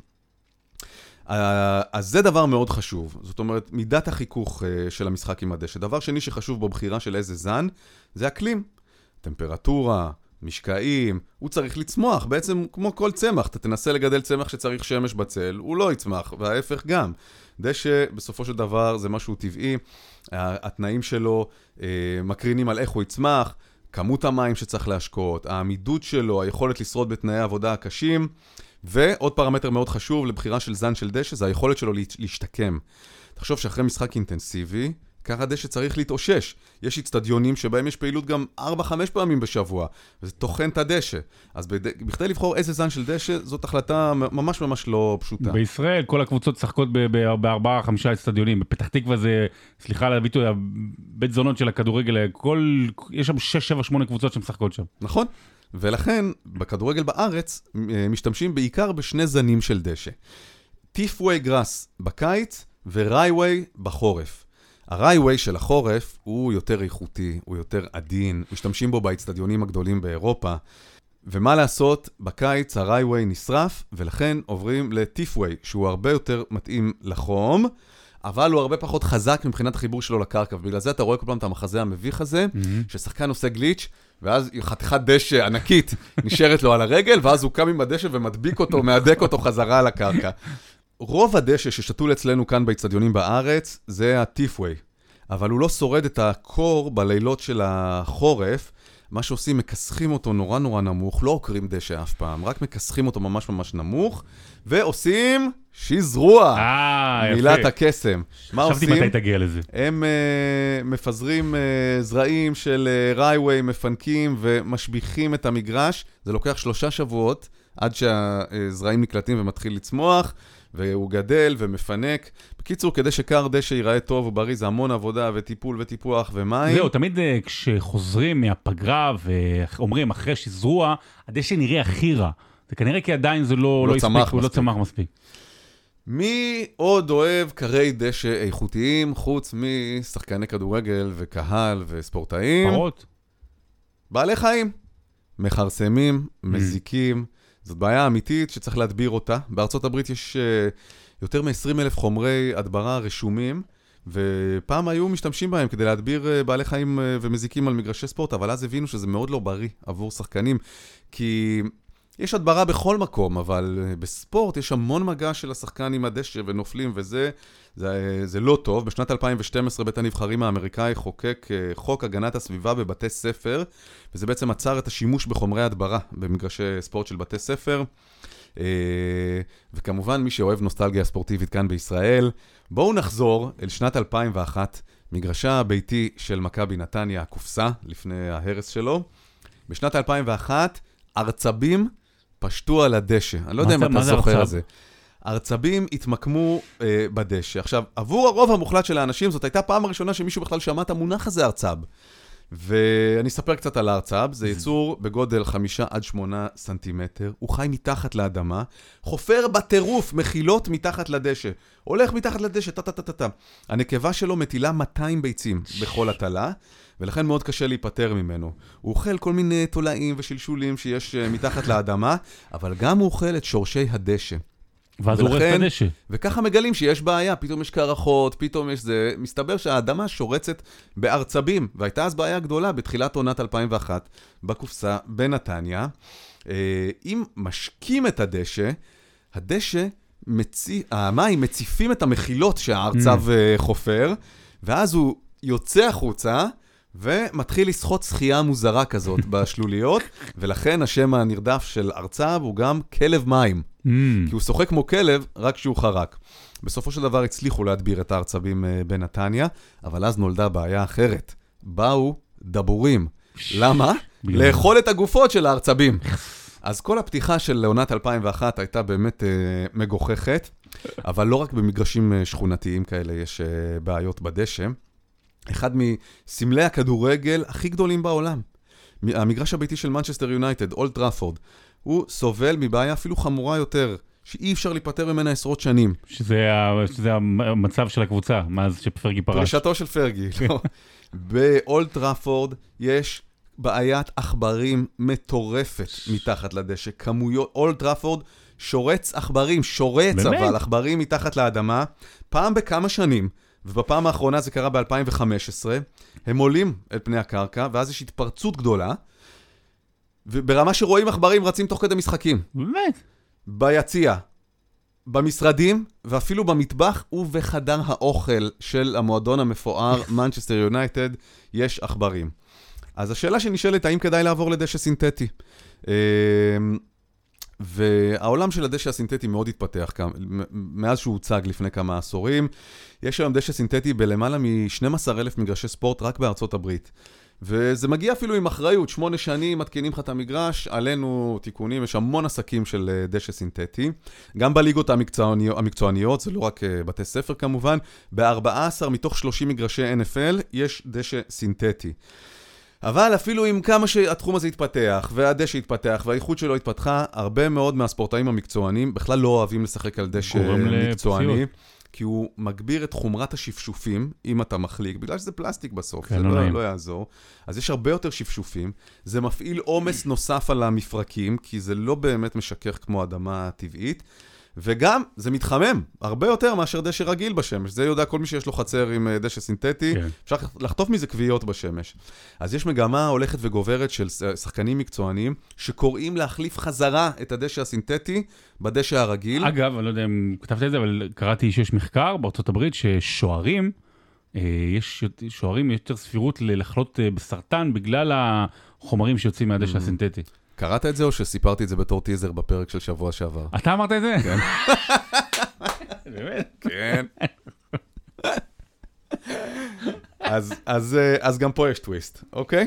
אז זה דבר מאוד חשוב, זאת אומרת, מידת החיכוך של המשחק עם הדשא. דבר שני שחשוב בבחירה של איזה זן, זה אקלים, טמפרטורה, משקעים, הוא צריך לצמוח, בעצם כמו כל צמח, אתה תנסה לגדל צמח שצריך שמש בצל, הוא לא יצמח, וההפך גם. דשא, בסופו של דבר, זה משהו טבעי, התנאים שלו מקרינים על איך הוא יצמח, כמות המים שצריך להשקות, העמידות שלו, היכולת לשרוד בתנאי העבודה הקשים, ועוד פרמטר מאוד חשוב לבחירה של זן של דשא, זה היכולת שלו להשתקם. תחשוב שאחרי משחק אינטנסיבי, ככה דשא צריך להתאושש. יש אצטדיונים שבהם יש פעילות גם ארבע חמש פעמים בשבוע, וזה תוכן את הדשא. אז בכדי לבחור איזה זן של דשא, זאת החלטה ממש ממש לא פשוטה. בישראל כל הקבוצות שחקות בארבעה חמישה אצטדיונים. בפתח תקווה זה, סליחה על הביטוי, בית זונות של הכדורגל, כל, יש שם שש שבע שמונה קבוצות שמשחקות שם. נכון. ולכן, בכדורגל בארץ, משתמשים בעיקר בשני זנים של דשא. טיפווי גראס בקיץ ורייווי בחורף. הרייווי של החורף הוא יותר איכותי, הוא יותר עדין, משתמשים בו באצטדיונים הגדולים באירופה, ומה לעשות, בקיץ הרייווי נשרף, ולכן עוברים לטיפווי, שהוא הרבה יותר מתאים לחום, אבל הוא הרבה פחות חזק מבחינת החיבור שלו לקרקע, ובגלל זה אתה רואה כל פעם את המחזה המביך הזה, mm-hmm. ששחקן עושה גליץ', ואז חתיכת דשא ענקית נשארת לו על הרגל, ואז הוא קם עם הדשא ומדביק אותו, מהדק אותו חזרה על הקרקע. רוב הדשא ששתול אצלנו כאן באצטדיונים בארץ, זה הטיפווי. אבל הוא לא שורד את הקור בלילות של החורף. מה שעושים, מקסחים אותו נורא נורא נמוך, לא עוקרים דשא אף פעם, רק מקסחים אותו ממש ממש נמוך, ועושים שזרוע, אה, מילת הקסם. מה עושים? חשבתי מתי תגיע לזה. הם uh, מפזרים uh, זרעים של uh, רייווי, מפנקים ומשביחים את המגרש. זה לוקח שלושה שבועות עד שהזרעים נקלטים ומתחיל לצמוח, והוא גדל ומפנק. בקיצור, כדי שקר דשא ייראה טוב ובריא, זה המון עבודה וטיפול וטיפוח ומים. זהו, תמיד uh, כשחוזרים מהפגרה ואומרים אחרי שזרוע, הדשא נראה הכי רע. זה כנראה כי עדיין זה לא, לא, לא צמח מספיק, הוא לא צמח מספיק. מי עוד אוהב קרי דשא איכותיים, חוץ משחקני כדורגל וקהל וספורטאים? פרות. בעלי חיים. מחרסמים, מזיקים. זאת בעיה אמיתית שצריך להדביר אותה. בארצות הברית יש uh, יותר מ-עשרים אלף חומרי הדברה רשומים, ופעם היו משתמשים בהם כדי להדביר uh, בעלי חיים uh, ומזיקים על מגרשי ספורט, אבל אז הבינו שזה מאוד לא בריא עבור שחקנים, כי יש הדברה בכל מקום, אבל בספורט יש המון מגע של השחקן עם הדשא ונופלים, וזה זה, זה לא טוב. בשנת אלפיים ושתים עשרה בית הנבחרים האמריקאי חוקק חוק הגנת הסביבה בבתי ספר, וזה בעצם עצר את השימוש בחומרי הדברה במגרשי ספורט של בתי ספר. וכמובן מי שאוהב נוסטלגיה ספורטיבית כאן בישראל, בואו נחזור אל שנת אלפיים ואחת, מגרשה הביתי של מכבי נתניה, הקופסה, לפני ההרס שלו. בשנת אלפיים ואחת, ארצבים פשטו על הדשא. אני לא יודע אם אתה זוכר זה. ארצבים התמקמו אה, בדשא. עכשיו, עבור הרוב המוחלט של האנשים, זאת הייתה פעם הראשונה שמישהו בכלל שמע את המונח הזה ארצב. ואני אספר קצת על הארצב. זה יצור בגודל חמישה עד שמונה סנטימטר. הוא חי מתחת לאדמה. חופר בטירוף, מחילות מתחת לדשא. הולך מתחת לדשא, טה-טה-טה-טה. הנקבה שלו מטילה מאתיים ביצים בכל הטלה. ולכן מאוד קשה להיפטר ממנו. הוא אוכל כל מיני תולעים ושלשולים שיש מתחת לאדמה, אבל גם הוא אוכל את שורשי הדשא. ואז הוא הורס את הדשא. וככה מגלים שיש בעיה, פתאום יש קרחות, פתאום יש זה, מסתבר שהאדמה שורצת בארצבים, והייתה אז בעיה גדולה בתחילת עונת אלפיים ואחת, בקופסה בנתניה. אם משקים את הדשא, הדשא, מצי... המים מציפים את המחילות שהארצב חופר, ואז הוא יוצא החוצה, ומתחיל לשחות שחייה מוזרה כזאת בשלוליות, ולכן השם הנרדף של ארצב הוא גם כלב מים. Mm. כי הוא שוחק כמו כלב, רק שהוא חרק. בסופו של דבר הצליחו להדביר את הארצבים בנתניה, אבל אז נולדה בעיה אחרת. באו דבורים. למה? לאכול את הגופות של הארצבים. אז כל הפתיחה של עונת אלפיים ואחת הייתה באמת uh, מגוחכת, אבל לא רק במגרשים uh, שכונתיים כאלה יש uh, בעיות בדשא. אחד מסמלי הכדורגל הכי גדולים בעולם. המגרש הביתי של מנצ'סטר יונייטד, אולד טראפורד, הוא סובל מבעיה אפילו חמורה יותר, שאי אפשר להיפטר ממנה עשרות שנים. שזה, שזה המצב של הקבוצה, מאז שפרגי פרש. פרישתו של פרגי, לא. באולד טראפורד יש בעיית עכברים מטורפת מתחת לדשא. כמויות, אולד טראפורד שורץ עכברים, שורץ באמת? אבל עכברים מתחת לאדמה, פעם בכמה שנים. ובפעם האחרונה זה קרה ב-אלפיים וחמש עשרה, הם עולים אל פני הקרקע, ואז יש התפרצות גדולה, וברמה שרואים עכברים רצים תוך כדי משחקים. באמת? ביציע, במשרדים, ואפילו במטבח ובחדר האוכל של המועדון המפואר, מנצ'סטר יונייטד, יש עכברים. אז השאלה שנשאלת, האם כדאי לעבור לדשא סינתטי? והעולם של הדשא הסינתטי מאוד התפתח, מאז שהוא הוצג לפני כמה עשורים. יש היום דשא סינתטי בלמעלה מ-שנים עשר אלף מגרשי ספורט רק בארצות הברית. וזה מגיע אפילו עם אחריות, שמונה שנים מתקינים לך את המגרש, עלינו תיקונים, יש המון עסקים של דשא סינתטי. גם בליגות המקצועניות, המקצועניות, זה לא רק בתי ספר כמובן, ב-ארבעה עשר מתוך שלושים מגרשי אן אף אל יש דשא סינתטי. אבל אפילו עם כמה שהתחום הזה התפתח, והדשא התפתח, והאיכות שלו התפתחה, הרבה מאוד מהספורטאים המקצוענים בכלל לא אוהבים לשחק על דשא מקצועני, כי הוא מגביר את חומרת השפשופים, אם אתה מחליק, בגלל שזה פלסטיק בסוף, זה לא, לא יעזור. אז יש הרבה יותר שפשופים, זה מפעיל עומס נוסף על המפרקים, כי זה לא באמת משכך כמו אדמה טבעית, וגם זה מתחמם הרבה יותר מאשר דשא רגיל בשמש. זה יודע כל מי שיש לו חצר עם דשא סינתטי, כן. אפשר לחטוף מזה כוויות בשמש. אז יש מגמה הולכת וגוברת של שחקנים מקצוענים, שקוראים להחליף חזרה את הדשא הסינתטי בדשא הרגיל. אגב, אני לא יודע אם כתבת את זה, אבל קראתי שיש מחקר בארצות הברית ששוערים, יש שוערים יותר סבירות לחלות בסרטן בגלל החומרים שיוצאים מהדשא הסינתטי. קראת את זה או שסיפרתי את זה בתור טיזר בפרק של שבוע שעבר? אתה אמרת את זה? כן. באמת? כן. אז, אז, אז גם פה יש טוויסט, אוקיי?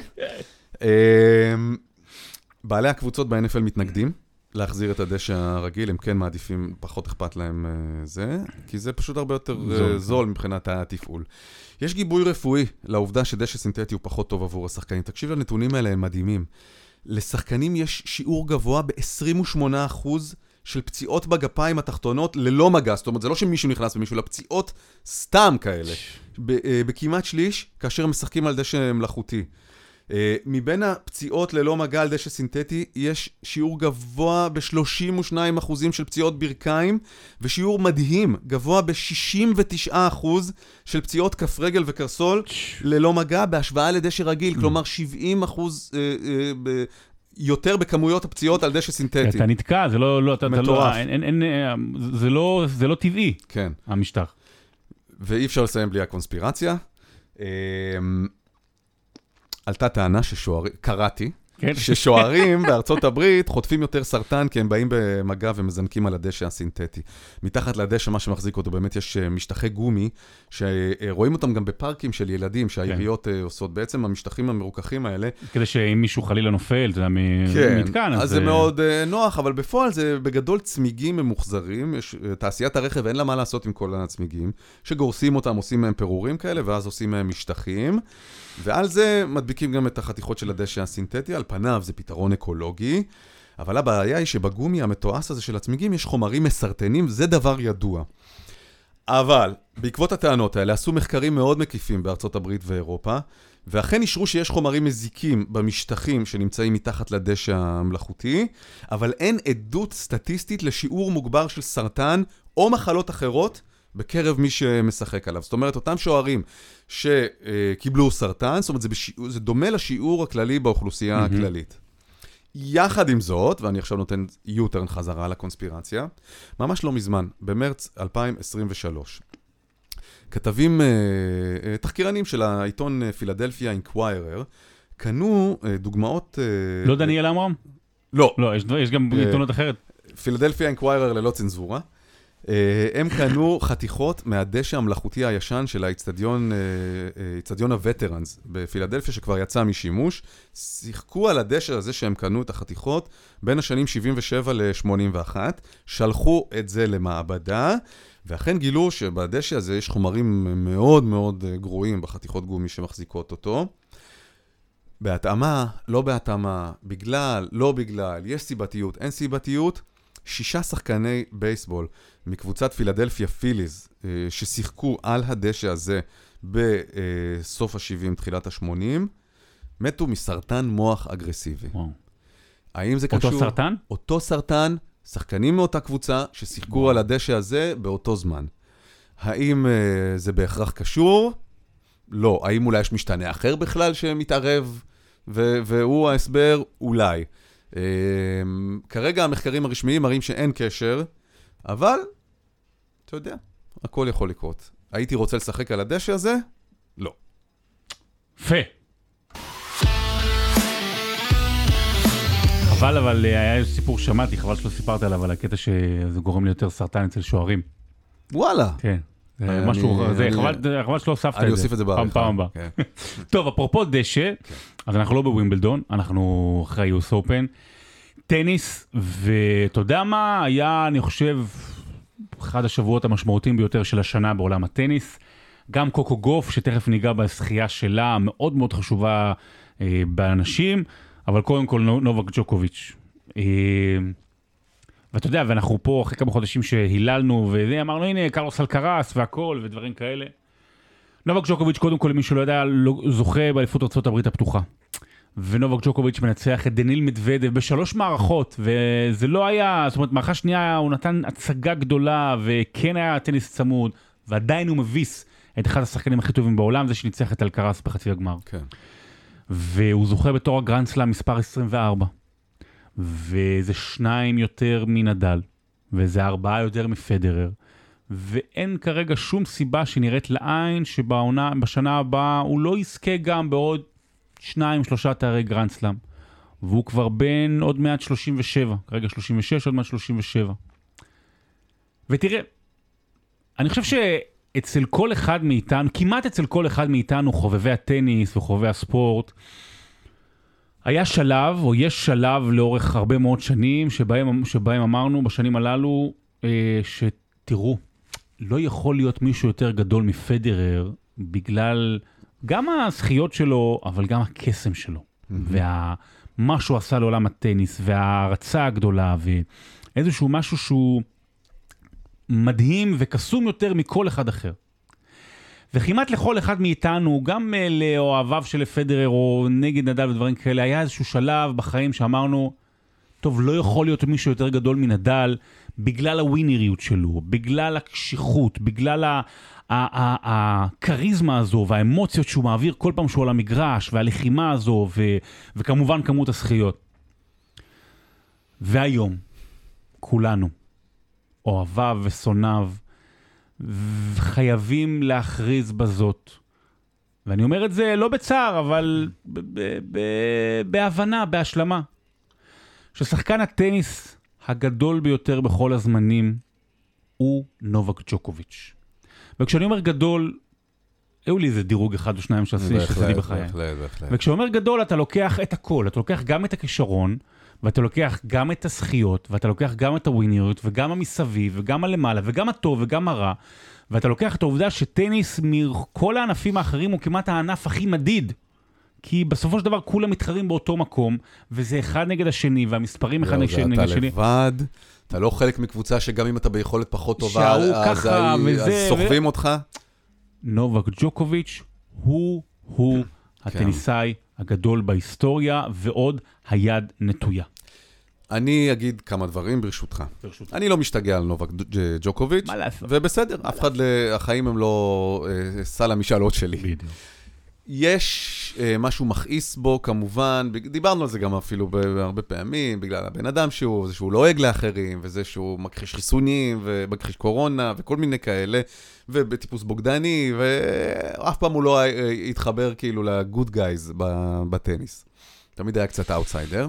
בעלי הקבוצות ב-אן אף אל מתנגדים להחזיר את הדשא הרגיל, הם כן מעדיפים, פחות אכפת להם זה, כי זה פשוט הרבה יותר זול, זול מבחינת התפעול. יש גיבוי רפואי לעובדה שדשא סינתטי הוא פחות טוב עבור השחקנים. תקשיב לנתונים האלה, הם מדהימים. לשחקנים יש שיעור גבוה ב-עשרים ושמונה אחוז של פציעות בגפיים התחתונות ללא מגע. זאת אומרת, זה לא שמישהו נכנס במישהו, לפציעות סתם כאלה. בכמעט שליש, כאשר משחקים על דשא מלאכותי. מבין הפציעות ללא מגע על דשא סינתטי, יש שיעור גבוה ב-שלושים ושניים אחוזים של פציעות ברכיים, ושיעור מדהים, גבוה ב-שישים ותשעה אחוז של פציעות כף רגל וקרסול ללא מגע, בהשוואה לדשא רגיל, כלומר שבעים אחוז יותר בכמויות הפציעות על דשא סינתטי. אתה נתקע, זה לא, לא, מטורף. זה לא, זה לא טבעי, כן. המשטח. ואי אפשר לסיים בלי הקונספירציה. עלתה טענה ששוערים, קראתי, כן. ששוערים בארצות הברית חוטפים יותר סרטן כי הם באים במגע ומזנקים על הדשא הסינתטי. מתחת לדשא, מה שמחזיק אותו, באמת יש משטחי גומי, שרואים אותם גם בפארקים של ילדים, שהעיריות כן. עושות. בעצם המשטחים המרוככים האלה. כדי שאם מישהו חלילה נופל, זה כן. מתקן. אז, אז זה מאוד נוח, אבל בפועל זה בגדול צמיגים ממוחזרים. יש, תעשיית הרכב אין לה מה לעשות עם כל הצמיגים, שגורסים אותם, עושים מהם פירורים כאלה, ואז עושים מהם משטחים. ועל זה מדביקים גם את החתיכות של הדשא הסינתטי, על פניו זה פתרון אקולוגי, אבל הבעיה היא שבגומי המתועש הזה של הצמיגים יש חומרים מסרטנים, זה דבר ידוע. אבל בעקבות הטענות האלה עשו מחקרים מאוד מקיפים בארצות הברית ואירופה, ואכן אישרו שיש חומרים מזיקים במשטחים שנמצאים מתחת לדשא המלאכותי, אבל אין עדות סטטיסטית לשיעור מוגבר של סרטן או מחלות אחרות, בקרב מי שמשחק עליו. זאת אומרת, אותם שוערים שקיבלו סרטן, זאת אומרת, זה, בשיעור, זה דומה לשיעור הכללי באוכלוסייה mm-hmm. הכללית. יחד עם זאת, ואני עכשיו נותן יוטרן חזרה לקונספירציה, ממש לא מזמן, במרץ אלפיים עשרים ושלוש, כתבים, תחקירנים של העיתון פילדלפיה אינקוויירר, קנו דוגמאות... לא דניאל עמרם? לא. לא, יש, יש גם עיתונות אחרת. פילדלפיה אינקוויירר ללא צנזורה. הם קנו חתיכות מהדשא המלאכותי הישן של האצטדיון, אצטדיון הווטרנס בפילדלפיה, שכבר יצא משימוש. שיחקו על הדשא הזה שהם קנו את החתיכות בין השנים שבעים ושבע ל-שמונים ואחת, שלחו את זה למעבדה, ואכן גילו שבדשא הזה יש חומרים מאוד מאוד גרועים בחתיכות גומי שמחזיקות אותו. בהתאמה, לא בהתאמה, בגלל, לא בגלל, יש סיבתיות, אין סיבתיות. שישה שחקני בייסבול מקבוצת פילדלפיה פיליז ששיחקו על הדשא הזה בסוף ה-שבעים, תחילת ה-שמונים, מתו מסרטן מוח אגרסיבי. וואו. האם זה אותו קשור? סרטן? אותו סרטן, שחקנים מאותה קבוצה ששיחקו וואו. על הדשא הזה באותו זמן. האם uh, זה בהכרח קשור? לא. האם אולי יש משתנה אחר בכלל שמתערב ו- והוא ההסבר? אולי. Uh, כרגע המחקרים הרשמיים מראים שאין קשר, אבל, אתה יודע, הכל יכול לקרות. הייתי רוצה לשחק על הדשא הזה? לא. פה. חבל, אבל היה איזה סיפור שמעתי, חבל שלא סיפרת עליו, על הקטע שזה גורם לי יותר סרטן אצל שוערים. וואלה. כן. זה משהו, זה חבל שלא הוספת את זה. אני אוסיף את זה בעריכה. פעם הבאה. טוב, אפרופו דשא, אז אנחנו לא בווימבלדון, אנחנו אחרי יו אס Open, טניס, ואתה יודע מה, היה, אני חושב, אחד השבועות המשמעותיים ביותר של השנה בעולם הטניס, גם קוקו גוף, שתכף ניגע בשחייה שלה, מאוד מאוד חשובה אה, באנשים, אבל קודם כל נובק ג'וקוביץ'. אה, ואתה יודע, ואנחנו פה אחרי כמה חודשים שהיללנו, וזה אמרנו, הנה, קרלוס אלקרס והכל, ודברים כאלה. נובק ג'וקוביץ', קודם כל, למי שלא יודע, זוכה באליפות ארצות הברית הפתוחה. ונובק ג'וקוביץ' מנצח את דניל מדוודב בשלוש מערכות, וזה לא היה, זאת אומרת, מערכה שנייה הוא נתן הצגה גדולה, וכן היה טניס צמוד, ועדיין הוא מביס את אחד השחקנים הכי טובים בעולם, זה שניצח את אלקרס בחצי הגמר. כן. והוא זוכה בתור הגרנד סלאם מספר עשרים וארבע. וזה שניים יותר מנדל, וזה ארבעה יותר מפדרר, ואין כרגע שום סיבה שנראית לעין שבעונה, בשנה הבאה הוא לא יזכה גם בעוד שניים, שלושה תארי גרנד סלאם. והוא כבר בין עוד מעט שלושים ושבע, כרגע שלושים ושש, עוד מעט שלושים ושבע. ותראה, אני חושב שאצל כל אחד מאיתנו, כמעט אצל כל אחד מאיתנו, חובבי הטניס וחובבי הספורט, היה שלב, או יש שלב לאורך הרבה מאוד שנים, שבהם, שבהם אמרנו בשנים הללו, אה, שתראו, לא יכול להיות מישהו יותר גדול מפדרר, בגלל גם הזכיות שלו, אבל גם הקסם שלו. Mm-hmm. ומה שהוא עשה לעולם הטניס, וההרצה הגדולה, ואיזשהו משהו שהוא מדהים וקסום יותר מכל אחד אחר. וכמעט לכל אחד מאיתנו, גם לאוהביו של פדרר או נגד נדל ודברים כאלה, היה איזשהו שלב בחיים שאמרנו, טוב, לא יכול להיות מישהו יותר גדול מנדל, בגלל הווינריות שלו, בגלל הקשיחות, בגלל הקריזמה הזו והאמוציות שהוא מעביר כל פעם שהוא על המגרש, והלחימה הזו, ו- וכמובן כמות הזכיות. והיום, כולנו, אוהביו ושונאיו, חייבים להכריז בזאת. ואני אומר את זה לא בצער, אבל ב- ב- ב- בהבנה, בהשלמה. ששחקן הטניס הגדול ביותר בכל הזמנים הוא נובק ג'וקוביץ'. וכשאני אומר גדול, היו לי איזה דירוג אחד או שניים שעשיתי בחיי. וכשאומר גדול, אתה לוקח את הכל, אתה לוקח גם את הכישרון, ואתה לוקח גם את הזכיות, ואתה לוקח גם את הווינריות, וגם המסביב, וגם הלמעלה, וגם הטוב, וגם הרע, ואתה לוקח את העובדה שטניס מכל הענפים האחרים הוא כמעט הענף הכי מדיד, כי בסופו של דבר כולם מתחרים באותו מקום, וזה אחד נגד השני, והמספרים אחד נגד השני. אתה לבד, אתה לא חלק מקבוצה שגם אם אתה ביכולת פחות טובה, אז סוחבים אותך. נובק ג'וקוביץ' הוא, הוא הטניסאי הגדול בהיסטוריה, ועוד היד נטויה. אני אגיד כמה דברים ברשותך. ברשותך. אני לא משתגע על נובק ג'וקוביץ', ובסדר, אף אחד, החיים הם לא סל המשאלות שלי. בדיוק. יש uh, משהו מכעיס בו, כמובן, דיברנו על זה גם אפילו בהרבה פעמים, בגלל הבן אדם שהוא, זה שהוא לועג לאחרים, וזה שהוא מכחיש חיסונים, ומכחיש קורונה, וכל מיני כאלה, ובטיפוס בוגדני, ואף פעם הוא לא התחבר כאילו לגוד גייז בטניס. תמיד היה קצת האוטסיידר.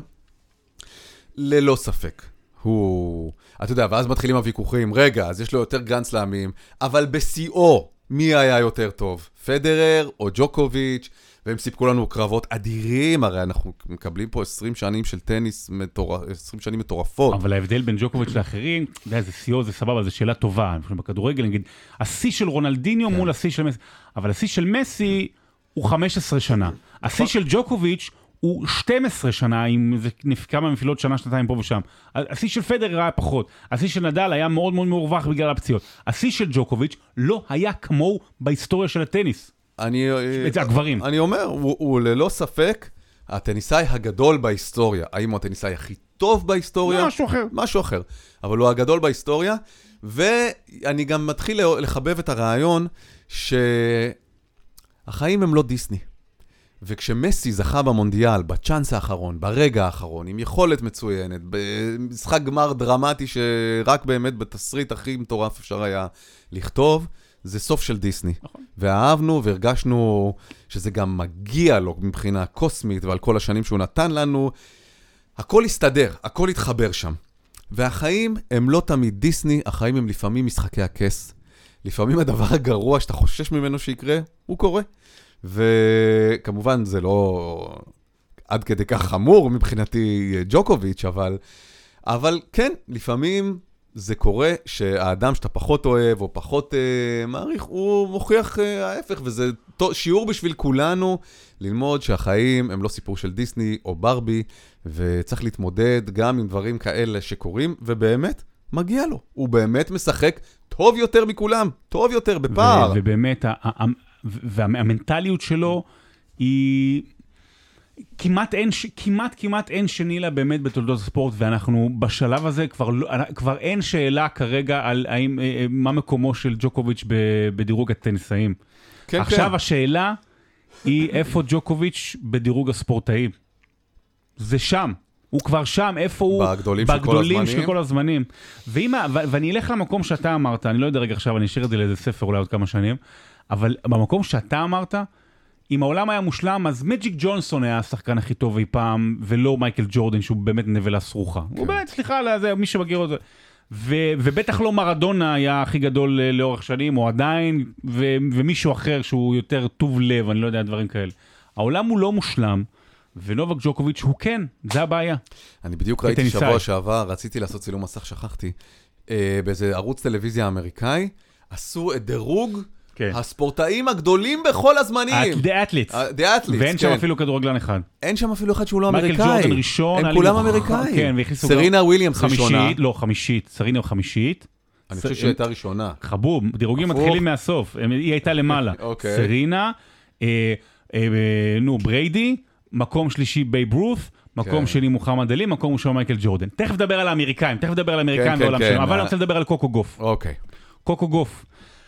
ללא ספק. הוא, אתה יודע, ואז מתחילים הוויכוחים, רגע, אז יש לו יותר גרנד סלאמים, אבל בשיאו, מי היה יותר טוב? פדרר או ג'וקוביץ', והם סיפקו לנו קרבות אדירים, הרי אנחנו מקבלים פה עשרים שנים של טניס, עשרים שנים מטורפות. אבל ההבדל בין ג'וקוביץ' לאחרים, זה סיאו, זה סבבה, זה שאלה טובה. בכדורגל, נגיד, השיא של רונלדיניו מול השיא של מסי, אבל השיא של מסי הוא חמש עשרה שנה. השיא של ג'וקוביץ' הוא שתים עשרה שנה, עם כמה מפילות שנה, שנתיים פה ושם. השיא של פדרר היה פחות. השיא של נדל היה מאוד מאוד מרווח בגלל הפציעות. השיא של ג'וקוביץ' לא היה כמוהו בהיסטוריה של הטניס. אני, את הגברים. אני אומר, הוא, הוא ללא ספק הטניסאי הגדול בהיסטוריה. האם הוא הטניסאי הכי טוב בהיסטוריה? משהו אחר. משהו אחר. אבל הוא הגדול בהיסטוריה, ואני גם מתחיל לחבב את הרעיון שהחיים הם לא דיסני. וכשמסי זכה במונדיאל, בצ'אנס האחרון, ברגע האחרון, עם יכולת מצוינת, במשחק גמר דרמטי שרק באמת בתסריט הכי מטורף אפשר היה לכתוב, זה סוף של דיסני. נכון. ואהבנו והרגשנו שזה גם מגיע לו מבחינה קוסמית, ועל כל השנים שהוא נתן לנו, הכל הסתדר, הכל התחבר שם. והחיים הם לא תמיד דיסני, החיים הם לפעמים משחקי הכס. לפעמים הדבר הגרוע שאתה חושש ממנו שיקרה, הוא קורה. וכמובן זה לא עד כדי כך חמור מבחינתי ג'וקוביץ', אבל, אבל כן, לפעמים זה קורה שהאדם שאתה פחות אוהב או פחות uh, מעריך, הוא מוכיח uh, ההפך, וזה שיעור בשביל כולנו ללמוד שהחיים הם לא סיפור של דיסני או ברבי, וצריך להתמודד גם עם דברים כאלה שקורים, ובאמת מגיע לו. הוא באמת משחק טוב יותר מכולם, טוב יותר בפער. ו- ובאמת, והמנטליות שלו היא כמעט אין, כמעט, כמעט אין שני לה באמת בתולדות הספורט, ואנחנו בשלב הזה כבר, כבר אין שאלה כרגע על האם, מה מקומו של ג'וקוביץ' בדירוג הטניסאים. כן, עכשיו כן. השאלה היא איפה ג'וקוביץ' בדירוג הספורטאים. זה שם. הוא כבר שם, איפה הוא? בגדולים, בגדולים של, כל של כל הזמנים. ואם, ו- ואני אלך למקום שאתה אמרת, אני לא יודע רגע עכשיו, אני אשאיר את זה לאיזה ספר אולי עוד כמה שנים, אבל במקום שאתה אמרת, אם העולם היה מושלם, אז מג'יק ג'ונסון היה השחקן הכי טוב אי פעם, ולא מייקל ג'ורדן, שהוא באמת נבלה סרוחה. כן. הוא באמת, סליחה, לזה, מי שמגיר אותו. ו- ובטח לא מרדונה היה הכי גדול לאורך שנים, או עדיין, ו- ומישהו אחר שהוא יותר טוב לב, אני לא יודע, דברים כאלה. העולם הוא לא מושלם, ונובק ג'וקוביץ' הוא כן, זה הבעיה. אני בדיוק ראיתי שבוע שעבר, רציתי לעשות צילום מסך, שכחתי, אה, באיזה ערוץ טלוויזיה אמריקאי, עשו את דירוג כן. הספורטאים הגדולים בכל הזמנים. The athletes. The athletes, ואין כן. שם אפילו כדורגלן אחד. אין שם אפילו אחד שהוא לא אמריקאי. מייקל ג'ורדן ראשון. הם כולם אמריקאים. כן, סרינה וויליאמס ראשונה. חמישית, לא, חמישית. סרינה חמישית. אני חושב שהיא הייתה ראשונה. חבוב, דירוגים מתחילים מהסוף. היא הייתה למעלה. סרינה, נו, בריידי, מקום שלישי בייב רות, מקום שני מוחמד עלי, מקום ראשון מייקל ג'ורדן. תכף נדבר על האמריקאים, תכף נדבר על האמריקאים בעולם שלהם, אבל אני רוצה לדבר על קוקו גוף. אוקיי. קוקו גוף.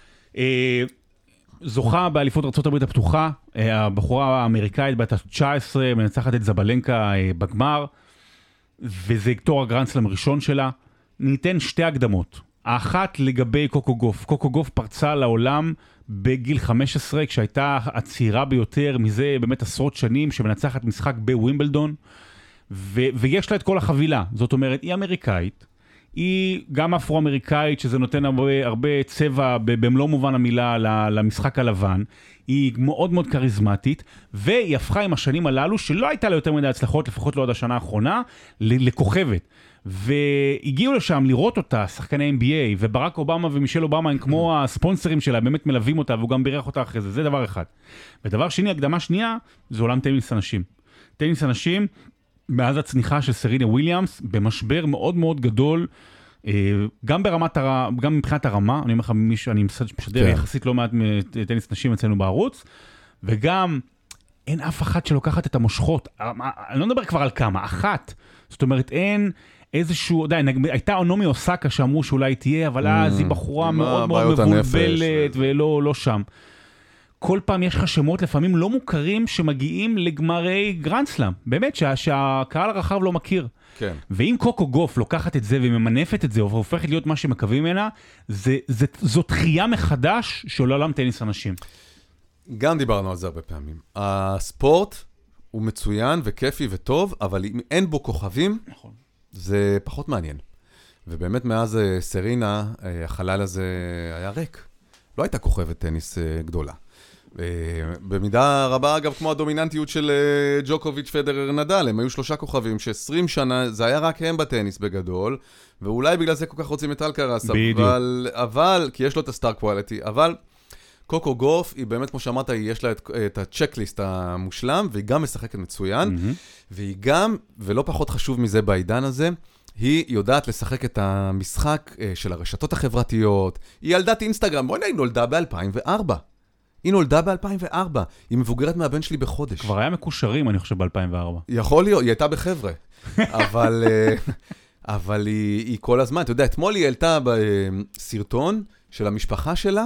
זוכה באליפות ארצות הברית הפתוחה, הבחורה האמריקאית בת ה-תשע עשרה, מנצחת את זבלנקה בגמר, וזה תואר הגרנדסלאם הראשון שלה. ניתן שתי הקדמות. האחת לגבי קוקו גוף. קוקו גוף פרצה לעולם בגיל חמש עשרה, כשהייתה הצעירה ביותר מזה באמת עשרות שנים, שמנצחת משחק בווימבלדון, ו- ויש לה את כל החבילה. זאת אומרת, היא אמריקאית, היא גם אפרו-אמריקאית, שזה נותן הרבה, הרבה צבע במלוא מובן המילה למשחק הלבן, היא מאוד מאוד קריזמטית, והיא הפכה עם השנים הללו, שלא הייתה לה יותר מדי הצלחות, לפחות לא עד השנה האחרונה, לכוכבת. והגיעו לשם לראות אותה, שחקני אן בי איי, וברק אובמה ומישל אובמה הם כמו הספונסרים שלה, באמת מלווים אותה, והוא גם בירך אותה אחרי זה, זה דבר אחד. ודבר שני, הקדמה שנייה, זה עולם טניס אנשים. טניס אנשים, מאז הצניחה של סרינה וויליאמס, במשבר מאוד מאוד גדול, גם ברמת הרמה, גם מבחינת הרמה, אני אומר לך מישהו, אני משדר יחסית לא מעט טניס נשים אצלנו בערוץ, וגם אין אף אחת שלוקחת את המושכות, אני לא מדבר כבר על כמה, אחת, זאת אומרת אין איזשהו, די, הייתה נעמי אוסקה שאמרו שאולי תהיה, אבל אז היא בחורה מאוד מאוד מבולבלת ולא שם. כל פעם יש לך שמות לפעמים לא מוכרים שמגיעים לגמרי גרנדסלאם, באמת שהקהל הרחב לא מכיר. כן. ואם קוקו גוף לוקחת את זה וממנפת את זה, והופכת להיות מה שמקווים ממנה, זה, זה, זו תחייה מחדש של עולם טניס אנשים. גם דיברנו על זה הרבה פעמים. הספורט הוא מצוין וכיפי וטוב, אבל אם אין בו כוכבים, נכון. זה פחות מעניין. ובאמת מאז סרינה, החלל הזה היה ריק. לא הייתה כוכבת טניס גדולה. במידה רבה, אגב, כמו הדומיננטיות של ג'וקוביץ', פדרר, נדל, הם היו שלושה כוכבים ש-עשרים שנה, זה היה רק הם בטניס בגדול, ואולי בגלל זה כל כך רוצים את אלקרס, אבל, אבל, כי יש לו את הסטאר קואליטי, אבל קוקו גוף, היא באמת, כמו שאמרת, יש לה את, את הצ'קליסט המושלם, והיא גם משחקת מצוין, mm-hmm. והיא גם, ולא פחות חשוב מזה בעידן הזה, היא יודעת לשחק את המשחק של הרשתות החברתיות, היא ילדת אינסטגרם, בואי נה, היא נולדה ב-אלפיים וארבע. היא נולדה ב-אלפיים וארבע, היא מבוגרת מהבן שלי בחודש. כבר היה מקושרים, אני חושב, ב-אלפיים וארבע. יכול להיות, היא הייתה בחבר'ה. אבל, אבל היא, היא כל הזמן, אתה יודע, אתמול היא העלתה בסרטון של המשפחה שלה,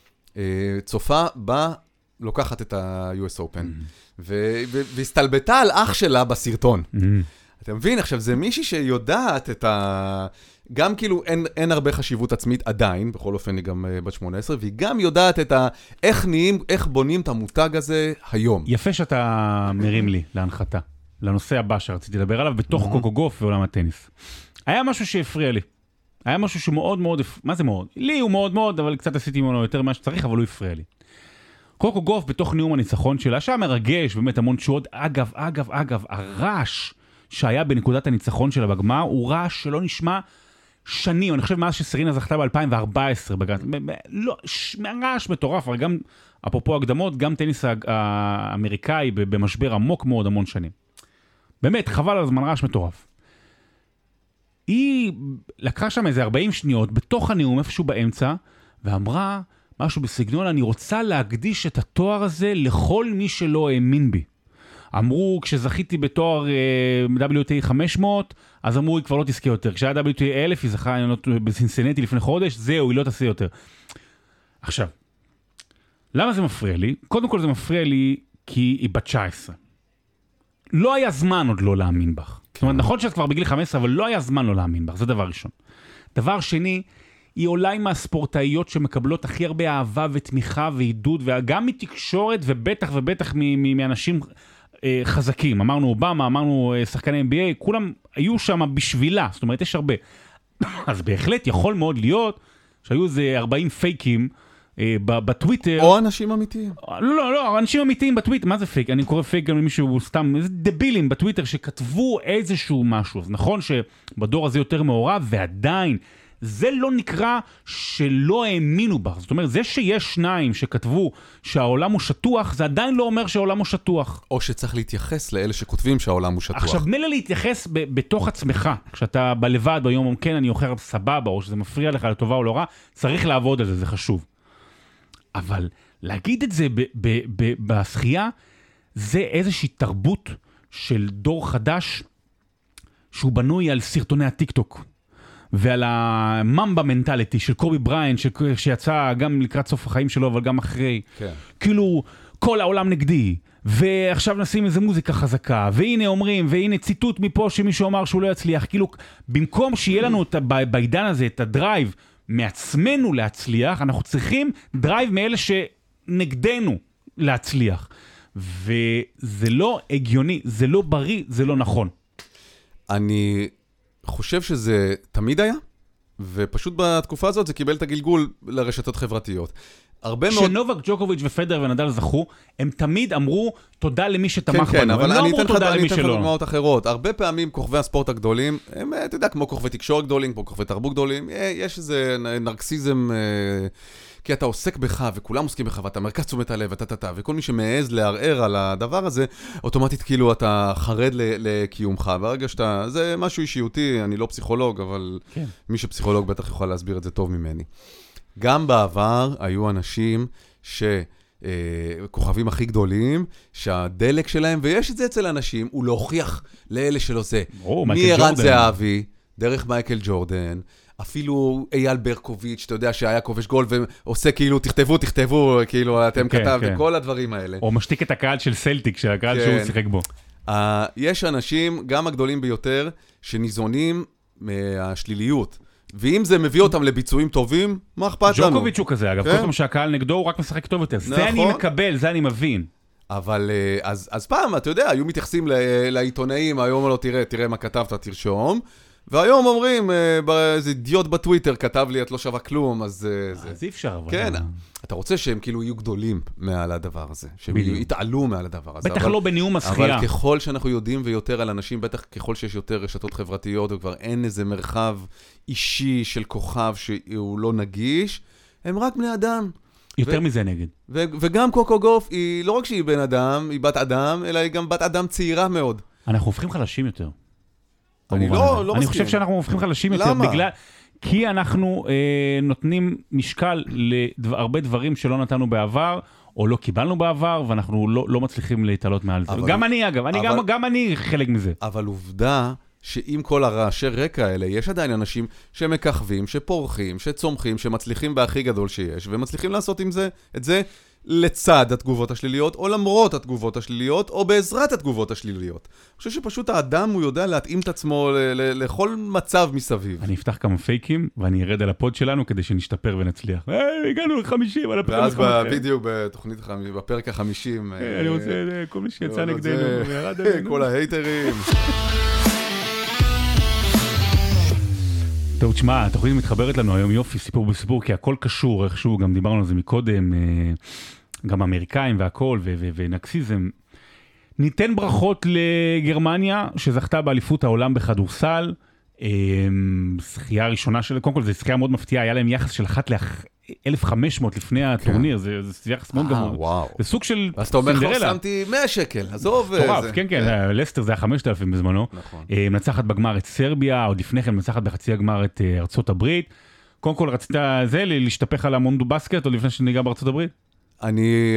צופה בה, לוקחת את ה-יו אס Open, והסתלבטה על אח שלה בסרטון. אתה מבין? עכשיו, זה מישהי שיודעת את ה... גם כאילו אין, אין הרבה חשיבות עצמית עדיין, בכל אופן היא גם בת שמונה עשרה, והיא גם יודעת את ה... איך נהיים, איך בונים את המותג הזה היום. יפה שאתה מרים לי להנחתה, לנושא הבא שרציתי לדבר עליו, בתוך mm-hmm. קוקו גוף ועולם הטניס. היה משהו שהפריע לי. היה משהו שמאוד מאוד... מה זה מאוד? לי הוא מאוד מאוד, אבל קצת עשיתי ממנו יותר מה שצריך, אבל הוא הפריע לי. קוקו גוף בתוך נאום הניצחון שלה, שהיה מרגש, באמת המון תשואות. אגב, אגב, אגב, הרעש שהיה בנקודת הניצחון שלה בגמר, הוא רעש שלא נשמע שנים. אני חושב מאז שסרינה זכתה ב-אלפיים וארבע עשרה בגמר. לא, רעש מטורף, אבל גם, אפרופו הקדמות, גם טניס האמריקאי במשבר עמוק מאוד המון שנים. באמת, חבל על הזמן, רעש מטורף. היא לקחה שם איזה ארבעים שניות בתוך הנאום איפשהו באמצע, ואמרה משהו בסגנון, אני רוצה להקדיש את התואר הזה לכל מי שלא האמין בי. אמרו, כשזכיתי בתואר דאבליו טי איי חמש מאות, אז אמרו, היא כבר לא תזכה יותר. כשהיה דאבליו טי איי אלף, היא זכה בסינסינטי לפני חודש, זהו, היא לא תעשה יותר. עכשיו, למה זה מפריע לי? קודם כל זה מפריע לי כי היא בת תשע עשרה. לא היה זמן עוד לא להאמין בך. זאת אומרת, נכון שאת כבר בגיל חמש עשרה, אבל לא היה זמן לא להאמין בך, זה דבר ראשון. דבר שני, היא אולי מהספורטאיות שמקבלות הכי הרבה אהבה ותמיכה ועידוד, וגם מתקשורת ובטח ובטח מאנשים חזקים. אמרנו אובמה, אמרנו שחקני אן בי איי, כולם היו שם בשבילה, זאת אומרת, יש הרבה. אז בהחלט יכול מאוד להיות שהיו איזה ארבעים פייקים בטוויטר. או אנשים אמיתיים. לא, לא, לא, אנשים אמיתיים בטוויטר. מה זה פייק? אני קורא פייק גם למישהו סתם, איזה דבילים בטוויטר שכתבו איזשהו משהו. אז נכון שבדור הזה יותר מעורב, ועדיין זה לא נקרא שלא האמינו בה. זאת אומרת, זה שיש שניים שכתבו שהעולם הוא שטוח, זה עדיין לא אומר שהעולם הוא שטוח. או שצריך להתייחס לאלה שכותבים שהעולם הוא שטוח. עכשיו, מלא להתייחס ב- בתוך עצמך, כשאתה בלבד ביום, כן, אני אוכל סבבה, או שזה מפריע לך לטובה או לא רע, צריך לעבוד על זה, זה חשוב. אבל להגיד את זה ב- ב- ב- בשחייה, זה איזושהי תרבות של דור חדש, שהוא בנוי על סרטוני הטיק-טוק. ועל הממבה מנטליטי של קובי בריין, ש... שיצא גם לקראת סוף החיים שלו, אבל גם אחרי. כן. כאילו, כל העולם נגדי, ועכשיו נשים איזה מוזיקה חזקה, והנה אומרים, והנה ציטוט מפה שמישהו אמר שהוא לא יצליח. כאילו, במקום שיהיה לנו את, בעידן הזה את הדרייב מעצמנו להצליח, אנחנו צריכים דרייב מאלה שנגדנו להצליח. וזה לא הגיוני, זה לא בריא, זה לא נכון. אני חושב שזה תמיד היה, ופשוט בתקופה הזאת זה קיבל את הגלגול לרשתות חברתיות. הרבה מאוד... כשנובק, ג'וקוביץ' ופדר ונדל זכו, הם תמיד אמרו תודה למי שתמך כן, בנו. כן, אבל לא אני אתן לך שלא. דוגמאות אחרות. הרבה פעמים כוכבי הספורט הגדולים, הם, אתה יודע, כמו כוכבי תקשורת גדולים, כמו כוכבי תרבות גדולים, יש איזה נרקסיזם, כי אתה עוסק בך, וכולם עוסקים בך, ואתה מרכז תשומת הלב, וטטטה, וכל מי שמעז לערער על הדבר הזה, אוטומטית כאילו אתה חרד לקיומך. ברגע שאתה, זה משהו אישיותי, אני לא פסיכולוג, אבל כן. מי שפסיכולוג בטח יכול להסביר את זה טוב ממני. גם בעבר היו אנשים שכוכבים הכי גדולים, שהדלק שלהם, ויש את זה אצל אנשים, הוא להוכיח לאלה שלו זה. מי ערן זהבי, דרך מייקל ג'ורדן, אפילו אייל ברקוביץ', אתה יודע שהיה כובש גול, ועושה כאילו, תכתבו, תכתבו, כאילו אתם כתב, וכל הדברים האלה. או משתיק את הקהל של סלטיק, שהקהל שהוא שיחק בו. יש אנשים, גם הגדולים ביותר, שניזונים מהשליליות. ואם זה מביא אותם לביצועים טובים, מה אכפת לנו? ג'וקוביץ' הוא כזה, אגב, כל פעם שהקהל נגדו, הוא רק משחק טוב יותר. זה אני מקבל, זה אני מבין. אבל, אז, אז פעם, אתה יודע, היו מתייחסים לעיתונאים, היום לא תראה, תראה מה כתבת, תרשום, והיום אומרים, איזה אידיוט בטוויטר כתב לי, את לא שווה כלום, אז זה... אז אי אפשר, אבל... כן, אתה רוצה שהם כאילו יהיו גדולים מעל הדבר הזה, שהם יתעלו מעל הדבר הזה. בטח לא בנאום השחייה. אבל ככל שאנחנו יודעים ויותר על אנשים, בטח ככל שיש יותר רשתות חברתיות, וכבר אין איזה מרחב אישי של כוכב שהוא לא נגיש, הם רק בני אדם. יותר מזה נגד. וגם קוקו גוף, היא לא רק שהיא בן אדם, היא בת אדם, אלא היא גם בת אדם צעירה מאוד. אנחנו הופכים חלשים יותר. אני לא, לא אני חושב שאנחנו הופכים חלשים יותר. למה? בגלל... כי אנחנו אה, נותנים משקל להרבה דברים שלא נתנו בעבר, או לא קיבלנו בעבר, ואנחנו לא, לא מצליחים להתעלות מעל זה. גם אני, אגב, אני, אבל... גם, גם אני חלק מזה. אבל עובדה שעם כל הרעשי רקע האלה, יש עדיין אנשים שמככבים, שפורחים, שצומחים, שמצליחים בהכי גדול שיש, ומצליחים לעשות עם זה, את זה לצד התגובות השליליות, או למרות התגובות השליליות, או בעזרת התגובות השליליות. אני חושב שפשוט האדם הוא יודע להתאים את עצמו ל- ל- לכל מצב מסביב. אני אפתח כמה פייקים, ואני ארד על הפוד שלנו כדי שנשתפר ונצליח. היי, הגענו ל-חמישים, על הפרק החמישים. ואז בדיוק בתוכנית, בפרק ה-חמישים. אני רוצה, כל מי שיצא נגדנו, וירד עלינו. כל ההייטרים. טוב, תשמע, התוכנית מתחברת לנו היום יופי, סיפור בסיפור, כי הכל קשור, איכשהו, גם דיברנו על זה מקודם, גם אמריקאים והכל, ונקסיזם. ניתן ברכות לגרמניה, שזכתה באליפות העולם בכדורסל, שחייה הראשונה של, קודם כל, זו שחייה מאוד מפתיעה, היה להם יחס של אחת ל-אלף וחמש מאות לפני הטורניר, זה יחס מאוד גמור. זה סוג של סינדרלה. אז אתה אומר, שמתי מאה שקל, עזוב. טורף, כן, כן, לסטר זה היה חמשת אלפים בזמנו. מנצחת בגמר את סרביה, עוד לפני כן מנצחת בחצי הגמר את ארצות הברית. קודם כל, רצית זה, להשתפך על המונדו בסקט, או לפני שניגע בארצות הברית? אני...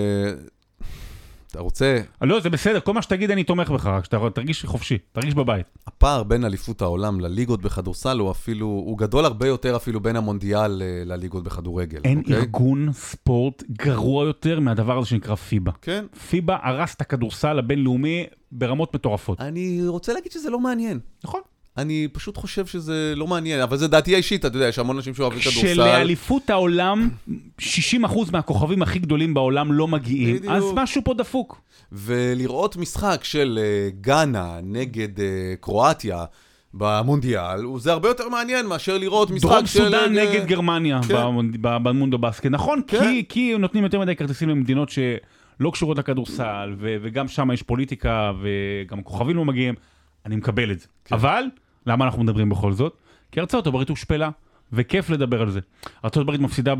אתה רוצה... לא, זה בסדר, כל מה שתגיד אני תומך בך, רק שאתה תרגיש חופשי, תרגיש בבית. הפער בין אליפות העולם לליגות בכדורסל הוא אפילו, הוא גדול הרבה יותר אפילו בין המונדיאל לליגות בכדורגל. אין ארגון ספורט גרוע יותר מהדבר הזה שנקרא פיבה. כן. פיבה הרס את הכדורסל הבינלאומי ברמות מטורפות. אני רוצה להגיד שזה לא מעניין. נכון. אני פשוט חושב שזה לא מעניין, אבל זה דעתי האישית, אתה יודע, יש המון אנשים שאוהבים כדורסל. כשלאליפות העולם, שישים אחוז מהכוכבים הכי גדולים בעולם לא מגיעים, בדיוק. אז משהו פה דפוק. ולראות משחק של גאנה נגד קרואטיה, במונדיאל, זה הרבה יותר מעניין מאשר לראות משחק דרום של... סודן נגד גרמניה במונדו בסקט. נכון, כי נותנים יותר מדי כרטיסים למדינות שלא קשורות לכדורסל, וגם שם יש פוליטיקה, וגם כוכבים לא מגיעים, אני מקבל את זה. אבל, למה אנחנו מדברים בכל זאת? כי ארצות הברית הושפלה, וכיף לדבר על זה. ארצות הברית מפסידה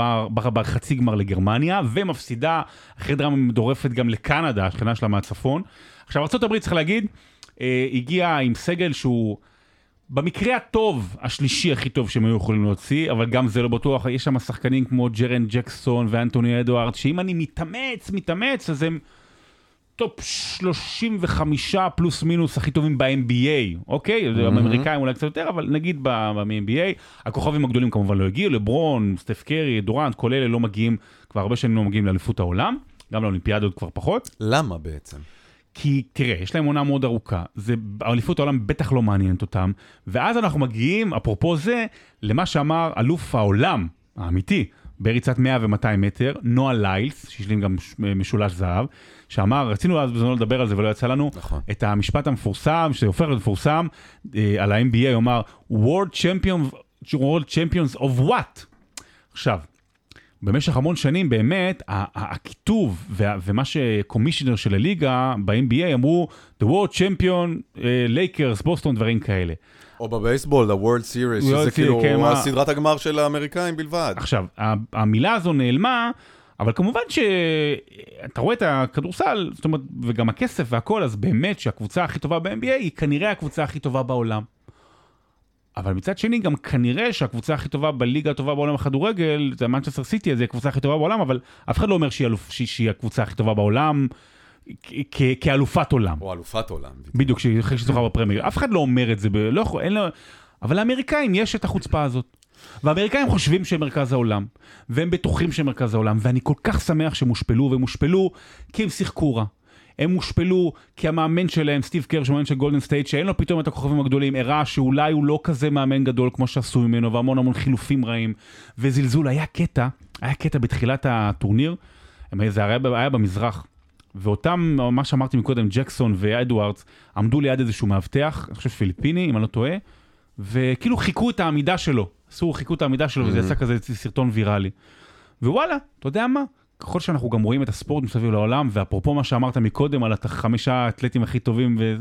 בחצי גמר לגרמניה, ומפסידה אחרי דרמה מדורפת גם לקנדה, השכנה שלה מהצפון. עכשיו, ארצות הברית צריך להגיד, הגיע עם סגל שהוא במקרה הטוב, השלישי הכי טוב שהם היו יכולים להוציא, אבל גם זה לא בטוח, יש שם שחקנים כמו ג'רן ג'קסון ואנטוני אדוארד, שאם אני מתאמץ, מתאמץ, אז הם טופ שלושים וחמישה פלוס מינוס הכי טובים ב-אן בי איי, אוקיי? Mm-hmm. האמריקאים אולי קצת יותר, אבל נגיד ב-אן בי איי, הכוכבים הגדולים כמובן לא הגיעו, לברון, סטף קרי, דורנט, כל אלה לא מגיעים, כבר הרבה שנים לא מגיעים לאליפות העולם, גם לאולימפיאדות כבר פחות. למה בעצם? כי תראה, יש להם עונה מאוד ארוכה, זה, האליפות העולם בטח לא מעניינת אותם, ואז אנחנו מגיעים, אפרופו זה, למה שאמר אלוף העולם, האמיתי, בריצת מאה ומאתיים מטר, נועה ליילס, שהשלים גם משולש זהב, שאמר, רצינו אז בזמנו לדבר על זה ולא יצא לנו, נכון. את המשפט המפורסם, שהופך להיות מפורסם, אה, על ה-אן בי איי, הוא אמר, World Champions, World Champions of what? עכשיו, במשך המון שנים באמת, הכיתוב ומה שקומישיונר של הליגה ב-אן בי איי אמרו, The World Champion, לייקרס, בוסטון, דברים כאלה. או בבייסבול, ה-World Series, שזה כאילו הסדרת הגמר של האמריקאים בלבד. עכשיו, המילה הזו נעלמה, אבל כמובן שאתה רואה את הכדורסל, זאת אומרת, וגם הכסף והכל, אז באמת שהקבוצה הכי טובה ב-אן בי איי היא כנראה הקבוצה הכי טובה בעולם. אבל מצד שני, גם כנראה שהקבוצה הכי טובה בליגה הטובה בעולם הכדורגל, זה מנצ'סטר סיטי, זה הקבוצה הכי טובה בעולם, אבל אף אחד לא אומר שהיא, אלופ, שהיא הקבוצה הכי טובה בעולם, כ- כאלופת עולם. או אלופת עולם. בדיוק, שהיא זוכה בפרמייר. אף אחד לא אומר את זה, ב- לא יכול, אין לו... אבל לאמריקאים יש את החוצפה הזאת. והאמריקאים חושבים שהם מרכז העולם, והם בטוחים שהם מרכז העולם, ואני כל כך שמח שהם הושפלו, והם הושפלו כי הם שיחקו רע. הם הושפלו כי המאמן שלהם, סטיב קר, שמאמן של גולדן סטייט, שאין לו פתאום את הכוכבים הגדולים, הראה שאולי הוא לא כזה מאמן גדול כמו שעשו ממנו, והמון המון חילופים רעים, וזלזול. היה קטע, היה קטע בתחילת הטורניר, זה היה, היה במזרח, ואותם, מה שאמרתי מקודם, ג'קסון ואדוארדס, עמדו ליד איזשהו מאבטח, אני חושב פיליפיני, אם אני לא טועה, וכאילו חיכו את העמידה שלו, עשו, חיכו את העמידה שלו, וזה יצא כזה סרטון ויראלי. ווואלה, אתה יודע מה? ככל שאנחנו גם רואים את הספורט מסביב לעולם, ואפרופו מה שאמרת מקודם על החמישה האתלטים הכי טובים, ו...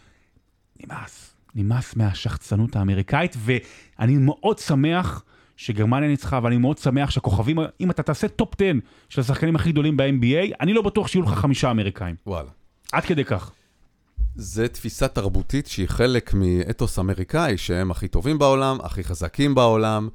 נמאס, נמאס מהשחצנות האמריקאית, ואני מאוד שמח שגרמניה ניצחה, ואני מאוד שמח שהכוכבים, אם אתה תעשה טופ עשר של השחקנים הכי גדולים ב-אן בי איי, אני לא בטוח שיהיו לך חמישה אמריקאים. וואלה. עד כדי כך. זה תפיסה תרבותית שהיא חלק מאתוס אמריקאי, שהם הכי טובים בעולם, הכי חזקים בעולם,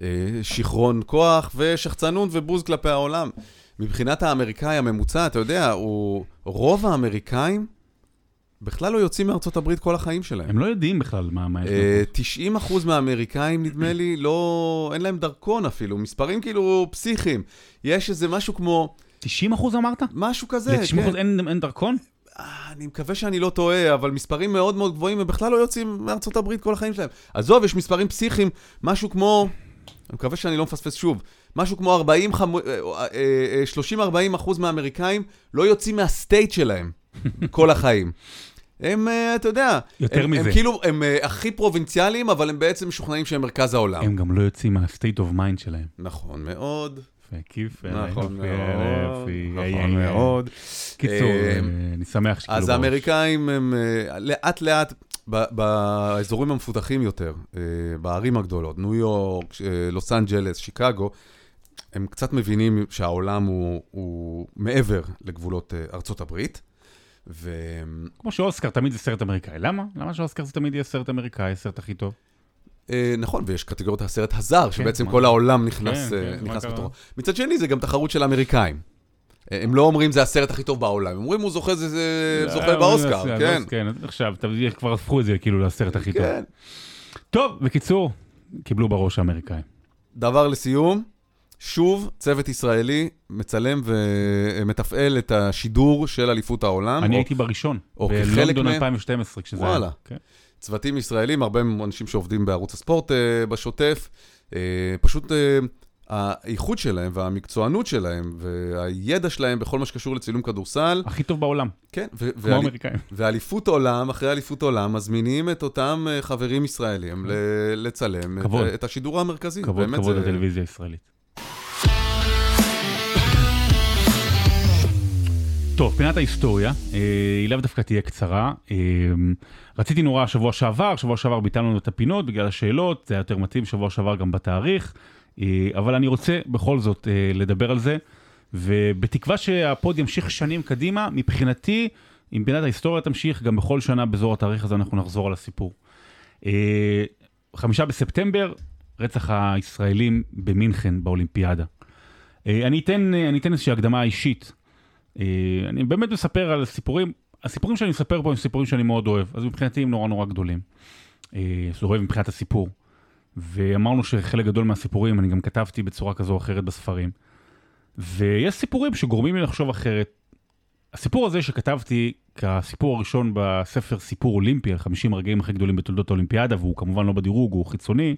שכרון כוח ושחצנות ובוז כלפי העולם. מבחינת האמריקאי הממוצע, אתה יודע, הוא, רוב האמריקאים בכלל לא יוצאים מארצות הברית כל החיים שלהם. הם לא יודעים בכלל מה, מה יש להם. תשעים אחוז מהאמריקאים, נדמה לי, לא, אין להם דרכון אפילו, מספרים כאילו פסיכיים. יש איזה משהו כמו... תשעים אחוז אמרת? משהו כזה, ל-תשעים אחוז אין, אין דרכון? אני מקווה שאני לא טועה, אבל מספרים מאוד מאוד גבוהים, הם בכלל לא יוצאים מארצות הברית כל החיים שלהם. עזוב, יש מספרים פסיכיים, משהו כמו... אני מקווה שאני לא מפספס שוב. משהו כמו ארבעים, שלושים ארבעים אחוז מהאמריקאים לא יוצאים מהסטייט שלהם כל החיים. הם, אתה יודע, יותר הם, מזה. הם כאילו, הם הכי פרובינציאליים, אבל הם בעצם משוכנעים שהם מרכז העולם. הם גם לא יוצאים מהסטייט אוף מיינד שלהם. נכון מאוד. כיף, נכון מאוד. נכון מאוד. קיצור, אני שמח שכאילו... אז האמריקאים הם לאט לאט... באזורים המפותחים יותר, בערים הגדולות, ניו יורק, לוס אנג'לס, שיקגו, הם קצת מבינים שהעולם הוא, הוא מעבר לגבולות ארצות הברית. ו... כמו שאוסקר תמיד זה סרט אמריקאי. למה? למה שאוסקר זה תמיד יהיה סרט אמריקאי, סרט הכי טוב? נכון, ויש קטגוריות הסרט הזר, שבעצם כל העולם נכנס לתורו. מצד שני, זה גם תחרות של האמריקאים. הם לא אומרים זה הסרט הכי טוב בעולם, הם אומרים הוא זוכה זה זוכה באוסקר, כן. כן, עכשיו, כבר הפכו את זה כאילו לסרט הכי טוב. טוב, בקיצור, קיבלו בראש האמריקאים. דבר לסיום, שוב צוות ישראלי מצלם ומתפעל את השידור של אליפות העולם. אני הייתי בראשון, בלונדון אלפיים ושתים עשרה כשזה היה. וואלה. צוותים ישראלים, הרבה אנשים שעובדים בערוץ הספורט בשוטף, פשוט האיכות שלהם והמקצוענות שלהם והידע שלהם בכל מה שקשור לצילום כדורסל. הכי טוב בעולם. כן. כמו אמריקאים. ואליפות עולם, אחרי אליפות עולם, מזמינים את אותם חברים ישראלים לצלם את השידור המרכזי. כבוד, כבוד לטלוויזיה הישראלית. טוב, פינת ההיסטוריה, היא לאו דווקא תהיה קצרה. רציתי נורא שבוע שעבר, שבוע שעבר ביטלנו לנו את הפינות בגלל השאלות, זה היה יותר מתאים שבוע שעבר גם בתאריך, אבל אני רוצה בכל זאת לדבר על זה, ובתקווה שהפוד ימשיך שנים קדימה, מבחינתי, אם פינת ההיסטוריה תמשיך, גם בכל שנה באזור התאריך הזה אנחנו נחזור על הסיפור. חמישה בספטמבר, רצח הישראלים במינכן באולימפיאדה. אני אתן, אני אתן איזושהי הקדמה אישית, אני באמת מספר על סיפורים, הסיפורים שאני מספר פה הם סיפורים שאני מאוד אוהב, אז מבחינתי הם נורא נורא גדולים. זה אוהב מבחינת הסיפור. ואמרנו שחלק גדול מהסיפורים אני גם כתבתי בצורה כזו או אחרת בספרים. ויש סיפורים שגורמים לי לחשוב אחרת. הסיפור הזה שכתבתי כסיפור הראשון בספר סיפור אולימפי, על חמישים הרגעים הכי גדולים בתולדות האולימפיאדה, והוא כמובן לא בדירוג, הוא חיצוני,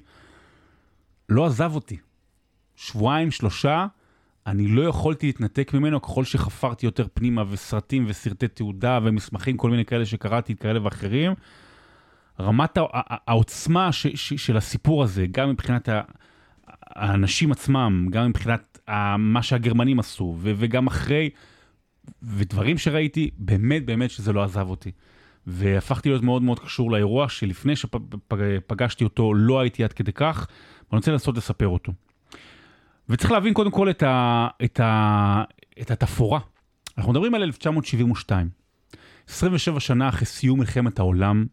לא עזב אותי. שבועיים, שלושה, אני לא יכולתי להתנתק ממנו ככל שחפרתי יותר פנימה וסרטים וסרטי תעודה ומסמכים, כל מיני כאלה שקראתי, כאלה ואחרים. רמת העוצמה ש, ש, של הסיפור הזה, גם מבחינת האנשים עצמם, גם מבחינת מה שהגרמנים עשו, ו, וגם אחרי, ודברים שראיתי, באמת באמת שזה לא עזב אותי. והפכתי להיות מאוד מאוד קשור לאירוע, שלפני שפגשתי אותו לא הייתי עד כדי כך, ואני רוצה לנסות לספר אותו. וצריך להבין קודם כל את, ה, את, ה, את התפורה. אנחנו מדברים על אלף תשע מאות שבעים ושתיים. עשרים ושבע שנה אחרי סיום מלחמת העולם,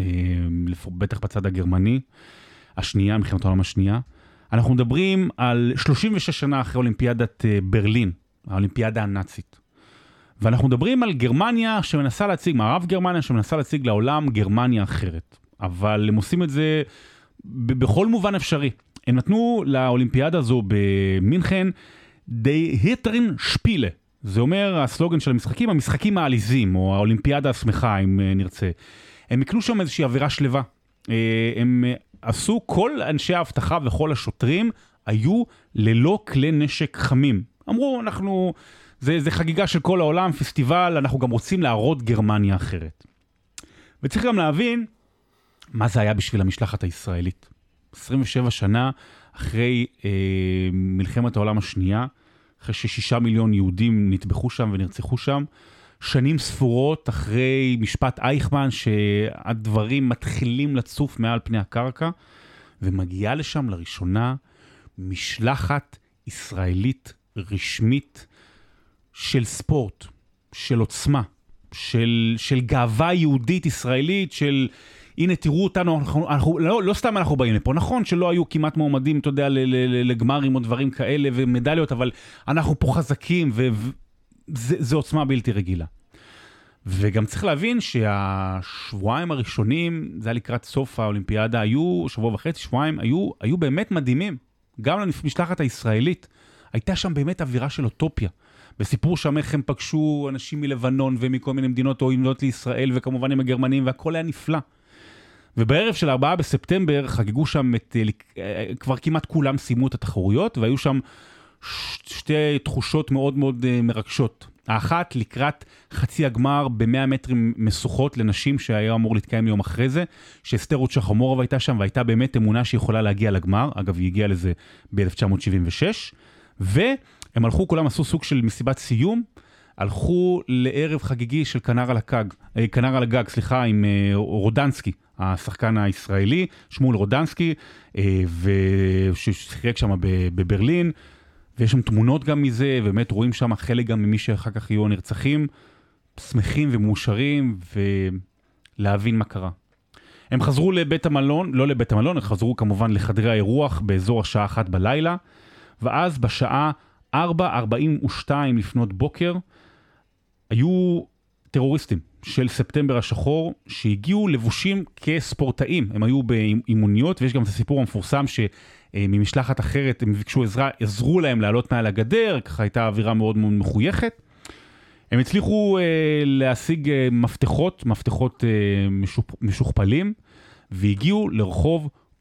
בטח בצד הגרמני, השנייה, מלחמת העולם השנייה. אנחנו מדברים על שלושים ושש שנה אחרי אולימפיאדת ברלין, האולימפיאדה הנאצית. ואנחנו מדברים על גרמניה שמנסה להציג, מערב גרמניה שמנסה להציג לעולם גרמניה אחרת. אבל הם עושים את זה בכל מובן אפשרי. הם נתנו לאולימפיאדה הזו במינכן, די היטרין שפילה. זה אומר הסלוגן של המשחקים, המשחקים העליזים, או האולימפיאדה השמחה, אם נרצה. הם יקנו שם איזושהי אווירה שלווה. הם עשו, כל אנשי האבטחה וכל השוטרים היו ללא כלי נשק חמים. אמרו, אנחנו, זה, זה חגיגה של כל העולם, פסטיבל, אנחנו גם רוצים להראות גרמניה אחרת. וצריך גם להבין מה זה היה בשביל המשלחת הישראלית. עשרים ושבע שנה אחרי אה, מלחמת העולם השנייה, אחרי ששישה מיליון יהודים נטבחו שם ונרצחו שם, שנים ספורות אחרי משפט אייכמן, שהדברים מתחילים לצוף מעל פני הקרקע, ומגיעה לשם לראשונה משלחת ישראלית רשמית של ספורט, של עוצמה, של, של גאווה יהודית ישראלית, של הנה תראו אותנו, אנחנו, אנחנו, לא, לא סתם אנחנו באים לפה, נכון שלא היו כמעט מועמדים, אתה יודע, לגמרים או דברים כאלה ומדליות, אבל אנחנו פה חזקים וזה עוצמה בלתי רגילה. וגם צריך להבין שהשבועיים הראשונים, זה היה לקראת סוף האולימפיאדה, היו שבוע וחצי, שבועיים, היו, היו באמת מדהימים. גם למשלחת הישראלית, הייתה שם באמת אווירה של אוטופיה. בסיפור שם איך הם פגשו אנשים מלבנון ומכל מיני מדינות עוינות לישראל, וכמובן עם הגרמנים, והכל היה נפלא. ובערב של ארבעה בספטמבר חגגו שם את, כבר כמעט כולם סיימו את התחרויות, והיו שם שתי תחושות מאוד מאוד מרגשות. האחת לקראת חצי הגמר ב-מאה מטרים משוכות לנשים שהיה אמור להתקיים יום אחרי זה, שאסתר רות שחמורוב הייתה שם, והייתה באמת אמונה שיכולה להגיע לגמר, אגב היא הגיעה לזה ב-אלף תשע מאות שבעים ושש, והם הלכו, כולם עשו סוג של מסיבת סיום, הלכו לערב חגיגי של כנר על הגג, כנר על הגג, סליחה, עם רודנסקי, השחקן הישראלי, שמואל רודנסקי, וששיחק שם בברלין, ויש שם תמונות גם מזה, ובאמת רואים שם חלק גם ממי שאחר כך יהיו נרצחים, שמחים ומאושרים, ולהבין מה קרה. הם חזרו לבית המלון, לא לבית המלון, הם חזרו כמובן לחדרי האירוח באזור השעה אחת בלילה, ואז בשעה ארבע ארבעים ושתיים לפנות בוקר, היו טרוריסטים של ספטמבר השחור, שהגיעו לבושים כספורטאים, הם היו באימוניות, ויש גם את הסיפור המפורסם שממשלחת אחרת הם ביקשו עזרה, עזרו להם לעלות מעל הגדר, ככה הייתה אווירה מאוד מאוד מחויכת. הם הצליחו אה, להשיג אה, מפתחות, מפתחות אה, משופ, משוכפלים, והגיעו לרחוב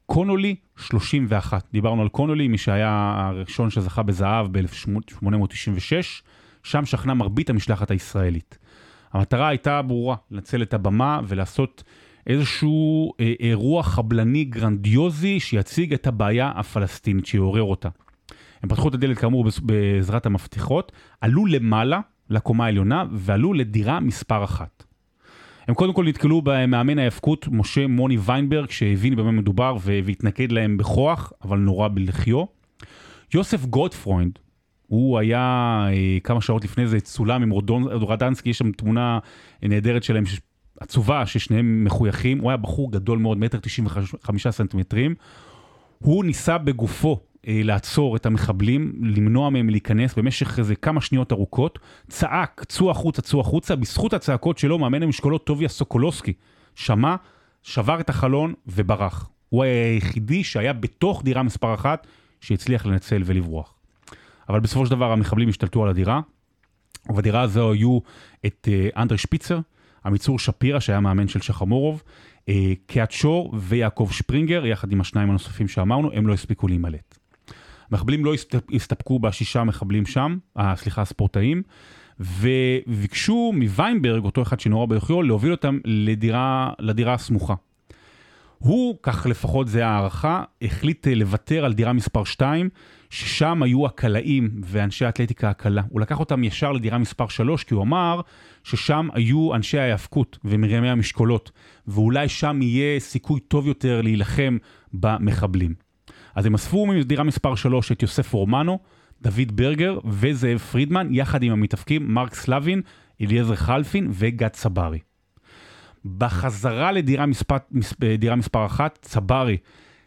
קונולי שלושים ואחת. דיברנו על קונולי, מי שהיה הראשון שזכה בזהב ב-אלף שמונה מאות תשעים ושש, שם שכנה מרבית המשלחת הישראלית. המטרה הייתה ברורה, לנצל את הבמה ולעשות איזשהו אה, אירוע חבלני גרנדיוזי שיציג את הבעיה הפלסטינית, שיעורר אותה. הם פתחו את הדלת כאמור בעזרת המפתחות, עלו למעלה לקומה העליונה ועלו לדירה מספר אחת. הם קודם כל נתקלו במאמן ההאבקות משה מוני ויינברג, שהבין במה מדובר והתנקד להם בכוח, אבל נורא בלחיו. יוסף גוטפרוינד, הוא היה כמה שעות לפני זה צולם עם רודנסקי, יש שם תמונה נהדרת שלהם, עצובה ששניהם מחויכים, הוא היה בחור גדול מאוד, מטר תשעים וחמישה סנטימטרים, הוא ניסה בגופו לעצור את המחבלים, למנוע מהם להיכנס במשך איזה כמה שניות ארוכות, צעק, צאו החוצה, צאו החוצה, בזכות הצעקות שלו, מאמן המשקולות טוביה סוקולוסקי, שמע, שבר את החלון וברח. הוא היה היחידי שהיה בתוך דירה מספר אחת, שהצליח לנצל ולברוח. אבל בסופו של דבר המחבלים השתלטו על הדירה, ובדירה הזו היו את אנדרי שפיצר, עמיצור שפירה שהיה מאמן של שחמורוב, קיאט שור ויעקב שפרינגר, יחד עם השניים הנוספים שאמרנו, הם לא הספיקו להימלט. המחבלים לא הסתפקו בשישה מחבלים שם, סליחה, הספורטאים, וביקשו מוויינברג, אותו אחד שנורא ביחיו, להוביל אותם לדירה, לדירה הסמוכה. הוא, כך לפחות זה הערכה, החליט לוותר על דירה מספר שתיים, ששם היו הקלעים ואנשי האתלטיקה הקלה. הוא לקח אותם ישר לדירה מספר שלוש, כי הוא אמר ששם היו אנשי ההאבקות ומרימי המשקולות, ואולי שם יהיה סיכוי טוב יותר להילחם במחבלים. אז הם אספו מדירה מספר שלוש את יוסף רומנו, דוד ברגר וזאב פרידמן, יחד עם המתאפקים מרק סלאבין, אליעזר חלפין וגד צברי. בחזרה לדירה מספר, דירה מספר אחת, צברי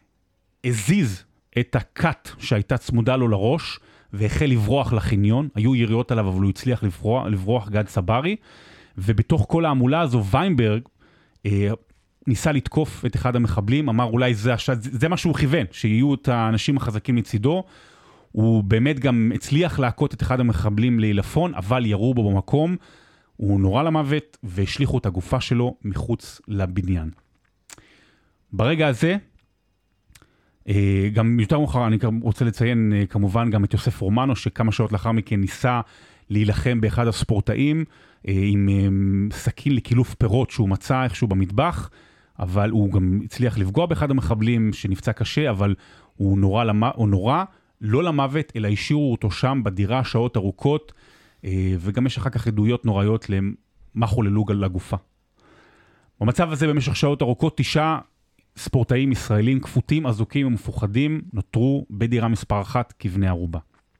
הזיז את הקט שהייתה צמודה לו לראש, והחל לברוח לחניון, היו יריות עליו, אבל הוא הצליח לברוח, לברוח גד צברי, ובתוך כל העמולה הזו, ויינברג אה, ניסה לתקוף את אחד המחבלים, אמר אולי זה, זה מה שהוא כיוון, שיהיו את האנשים החזקים לצידו, הוא באמת גם הצליח להכות את אחד המחבלים להילפון, אבל ירו בו במקום, הוא נורא למוות, והשליחו את הגופה שלו מחוץ לבניין. ברגע הזה, גם יותר מאוחר, אני רוצה לציין כמובן גם את יוסף רומנו, שכמה שעות לאחר מכן ניסה להילחם באחד הספורטאים, עם סכין לקילוף פירות שהוא מצא איכשהו במטבח, אבל הוא גם הצליח לפגוע באחד המחבלים שנפצע קשה, אבל הוא נורא, הוא נורא לא למוות, אלא השאירו אותו שם בדירה שעות ארוכות, וגם יש אחר כך עדויות נוראיות למה חוללו לגופה. במצב הזה במשך שעות ארוכות, תשעה ספורטאים ישראלים כפותים, אזוקים ומפוחדים, נותרו בדירה מספר אחת כבני ערובה.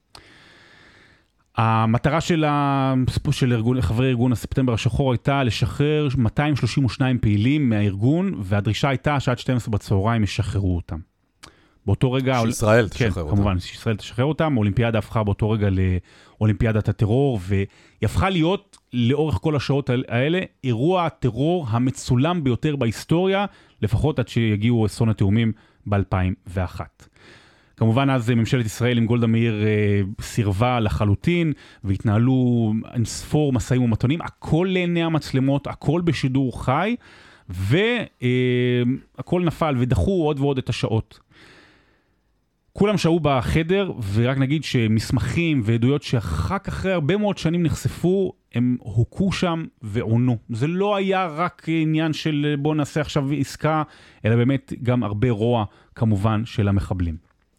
המטרה של, ה... של ארגון, חברי ארגון הספטמבר השחור הייתה לשחרר מאתיים שלושים ושניים פעילים מהארגון, והדרישה הייתה שעד שתים עשרה בצהריים ישחררו אותם. באותו רגע... שישראל כן, תשחרר אותם. כמובן, שישראל תשחרר אותם. האולימפיאדה הפכה באותו רגע לאולימפיאדת הטרור, והיא הפכה להיות לאורך כל השעות האלה אירוע הטרור המצולם ביותר בהיסטוריה, לפחות עד שיגיעו אסון התאומים ב-אלפיים ואחת. כמובן אז ממשלת ישראל עם גולדה מאיר אה, סירבה לחלוטין, והתנהלו ספור מסעים ומתונים, הכל לעיני המצלמות, הכל בשידור חי, והכל אה, נפל ודחו עוד ועוד את השעות. כולם שהו בחדר, ורק נגיד שמסמכים ועדויות שאחר כך אחרי הרבה מאוד שנים נחשפו, הם הוקו שם ועונו. זה לא היה רק עניין של בוא נעשה עכשיו עסקה, אלא באמת גם הרבה רוע כמובן של המחבלים.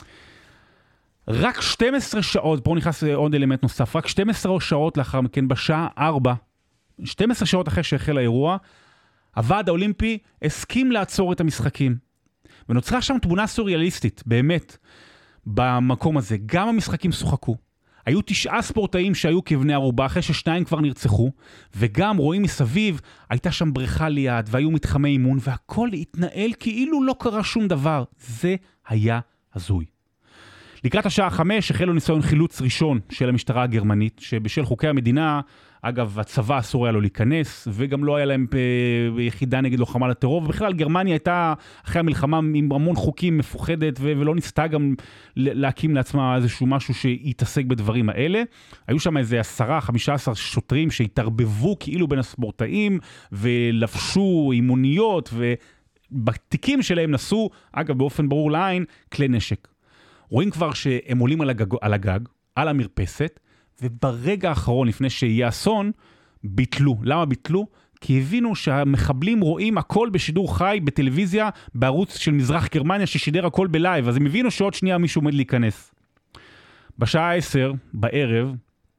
רק שתים עשרה שעות, פה נכנס עוד אלמנט נוסף, רק שתים עשרה שעות לאחר מכן, בשעה ארבע, שתים עשרה שעות אחרי שהחל האירוע, הוועד האולימפי הסכים לעצור את המשחקים. ונוצרה שם תמונה סוריאליסטית, באמת, במקום הזה. גם המשחקים שוחקו. היו תשעה ספורטאים שהיו כבני ערובה, אחרי ששניים כבר נרצחו, וגם רואים מסביב, הייתה שם בריכה ליד, והיו מתחמי אימון, והכל התנהל כאילו לא קרה שום דבר. זה היה הזוי. לקראת השעה חמש החלו ניסיון חילוץ ראשון של המשטרה הגרמנית, שבשל חוקי המדינה, אגב, הצבא אסור היה לו להיכנס, וגם לא היה להם יחידה נגד לוחמה לטרור, ובכלל גרמניה הייתה אחרי המלחמה עם המון חוקים מפוחדת, ולא ניסתה גם להקים לעצמה איזשהו משהו שיתעסק בדברים האלה. היו שם איזה עשרה, חמישה עשר שוטרים שהתערבבו כאילו בין הספורטאים, ולבשו אימוניות, בתיקים שלהם נסו, אגב, באופן ברור לעין, כלי נשק. רואים כבר שהם עולים על הגג, על הגג, על המרפסת, וברגע האחרון, לפני שיהיה אסון, ביטלו. למה ביטלו? כי הבינו שהמחבלים רואים הכל בשידור חי בטלוויזיה, בערוץ של מזרח גרמניה, ששידר הכל בלייב, אז הם הבינו שעוד שנייה מישהו עומד להיכנס. בשעה עשר, בערב,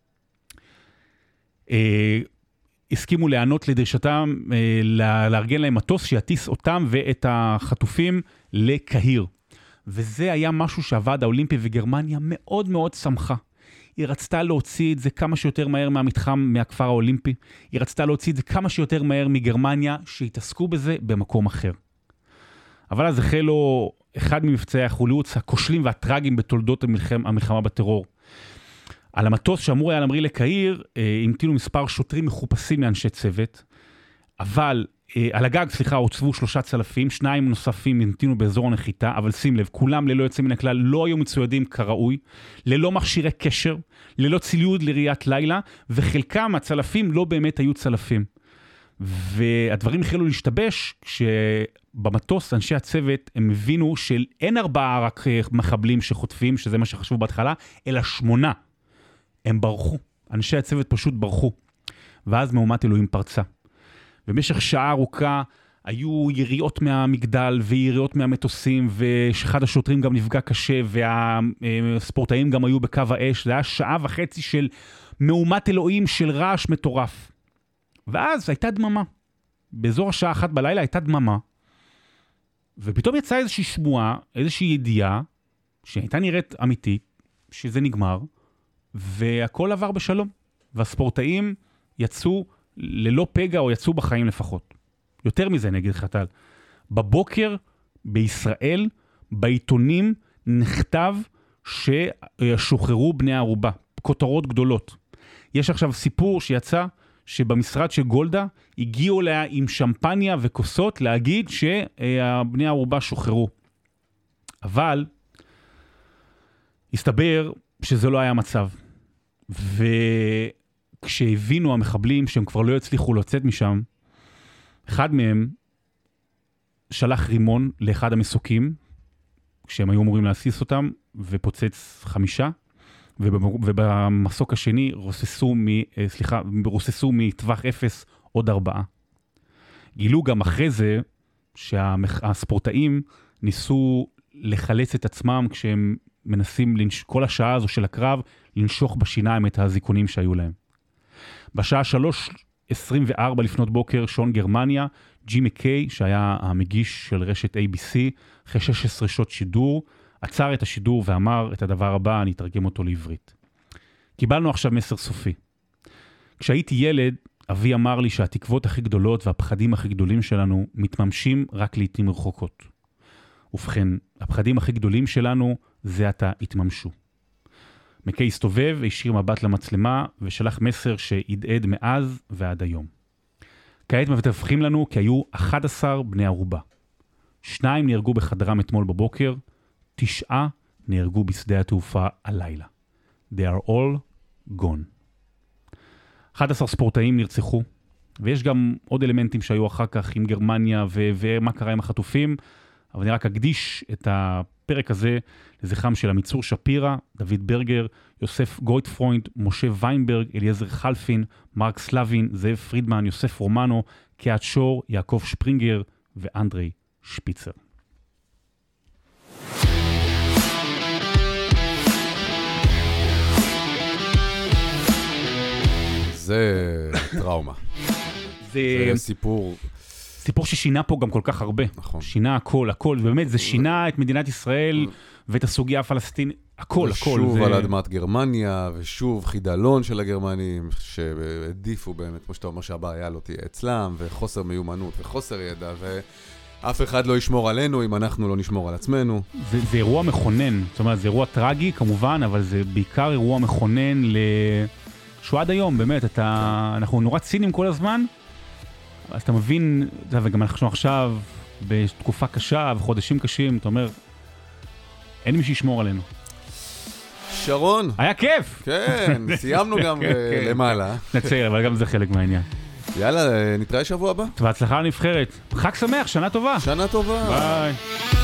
אה, הסכימו לענות לדרישתם, אה, לארגן להם מטוס שיטיס אותם ואת החטופים לקהיר. וזה היה משהו שהוועד האולימפי וגרמניה מאוד מאוד שמחה. היא רצתה להוציא את זה כמה שיותר מהר מהמתחם, מהכפר האולימפי. היא רצתה להוציא את זה כמה שיותר מהר מגרמניה, שהתעסקו בזה במקום אחר. אבל אז החל לו אחד ממבצעי החילוץ הכושלים והטרגיים בתולדות המלחמה, המלחמה בטרור. על המטוס שאמור היה להמריא לקהיר, המתינו מספר שוטרים מחופשים לאנשי צוות, אבל על הגג, סליחה, הוצבו שלושה צלפים, שניים נוספים המתינו באזור הנחיתה, אבל שים לב, כולם ללא יוצא מן הכלל לא היו מצוידים כראוי, ללא מכשירי קשר, ללא ציוד לראיית לילה, וחלקם הצלפים לא באמת היו צלפים. והדברים החלו להשתבש, כשבמטוס אנשי הצוות הם הבינו שאין ארבעה רק מחבלים שחוטפים, שזה מה שחשבו בהתחלה, אלא שמונה. הם ברחו, אנשי הצוות פשוט ברחו. ואז מהומת אלוהים פרצה. במשך שעה ארוכה היו יריות מהמגדל ויריות מהמטוסים, ושאחד השוטרים גם נפגע קשה, והספורטאים גם היו בקו האש. זה היה שעה וחצי של מהומת אלוהים, של רעש מטורף. ואז הייתה דממה. באזור השעה אחת בלילה הייתה דממה, ופתאום יצאה איזושהי שמועה, איזושהי ידיעה, שהייתה נראית אמיתית, שזה נגמר, והכל עבר בשלום. והספורטאים יצאו ללא פגע, או יצאו בחיים לפחות. יותר מזה נגיד לך טל. בבוקר, בישראל, בעיתונים, נכתב ששוחררו בני הערובה. כותרות גדולות. יש עכשיו סיפור שיצא, שבמשרד של גולדה, הגיעו לה עם שמפניה וכוסות, להגיד שבני הערובה שוחררו. אבל, הסתבר שזה לא היה מצב. ו... כשהבינו המחבלים שהם כבר לא הצליחו לצאת משם, אחד מהם שלח רימון לאחד המסוקים, כשהם היו אמורים להסיס אותם, ופוצץ חמישה, ובמסוק השני רוססו, מ, סליחה, רוססו מטווח אפס עוד ארבעה. גילו גם אחרי זה שהספורטאים ניסו לחלץ את עצמם כשהם מנסים לנש... כל השעה הזו של הקרב לנשוך בשיניים את הזיכונים שהיו להם. בשעה שלוש עשרים וארבע לפנות בוקר, שעון גרמניה, ג'י מקיי, שהיה המגיש של רשת איי בי סי, אחרי שש עשרה שעות שידור, עצר את השידור ואמר את הדבר הבא, אני אתרגם אותו לעברית. קיבלנו עכשיו מסר סופי. כשהייתי ילד, אבי אמר לי שהתקוות הכי גדולות והפחדים הכי גדולים שלנו מתממשים רק לעתים רחוקות. ובכן, הפחדים הכי גדולים שלנו זה עתה התממשו. מקיי הסתובב, השאיר מבט למצלמה ושלח מסר שהדהד מאז ועד היום. כעת מדווחים לנו כי היו אחד עשר בני ערובה. שניים נהרגו בחדרם אתמול בבוקר, תשעה נהרגו בשדה התעופה הלילה. They are all gone. אחד עשר ספורטאים נרצחו, ויש גם עוד אלמנטים שהיו אחר כך עם גרמניה ו- ומה קרה עם החטופים, אבל אני רק אקדיש את הפרק הזה לזכרם של עמיצור שפירא, דוד ברגר, יוסף גויטפרוינד, משה ויינברג, אליעזר חלפין, מרק סלבין, זאב פרידמן, יוסף רומנו, קיאת שור, יעקב שפרינגר ואנדרי שפיצר. זה טראומה. זה סיפור... סיפור ששינה פה גם כל כך הרבה. נכון. שינה הכל, הכל. באמת, זה שינה את מדינת ישראל ואת הסוגיה הפלסטינית. הכל, הכל. ושוב זה... על אדמת גרמניה, ושוב חידלון של הגרמנים, שהעדיפו באמת, כמו שאתה אומר, שהבעיה לא תהיה אצלם, וחוסר מיומנות וחוסר ידע, ואף אחד לא ישמור עלינו אם אנחנו לא נשמור על עצמנו. זה, זה אירוע מכונן. זאת אומרת, זה אירוע טרגי כמובן, אבל זה בעיקר אירוע מכונן ל... שהוא עד היום, באמת, אתה... אנחנו נורא צינים כל הזמן, אז אתה מבין, וגם אנחנו עכשיו בתקופה קשה וחודשים קשים, אתה אומר, אין מי שישמור עלינו. שרון. היה כיף. כן, סיימנו גם למעלה. נצייר, אבל גם זה חלק מהעניין. יאללה, נתראה שבוע הבא. בהצלחה לנבחרת. חג שמח, שנה טובה. שנה טובה. ביי.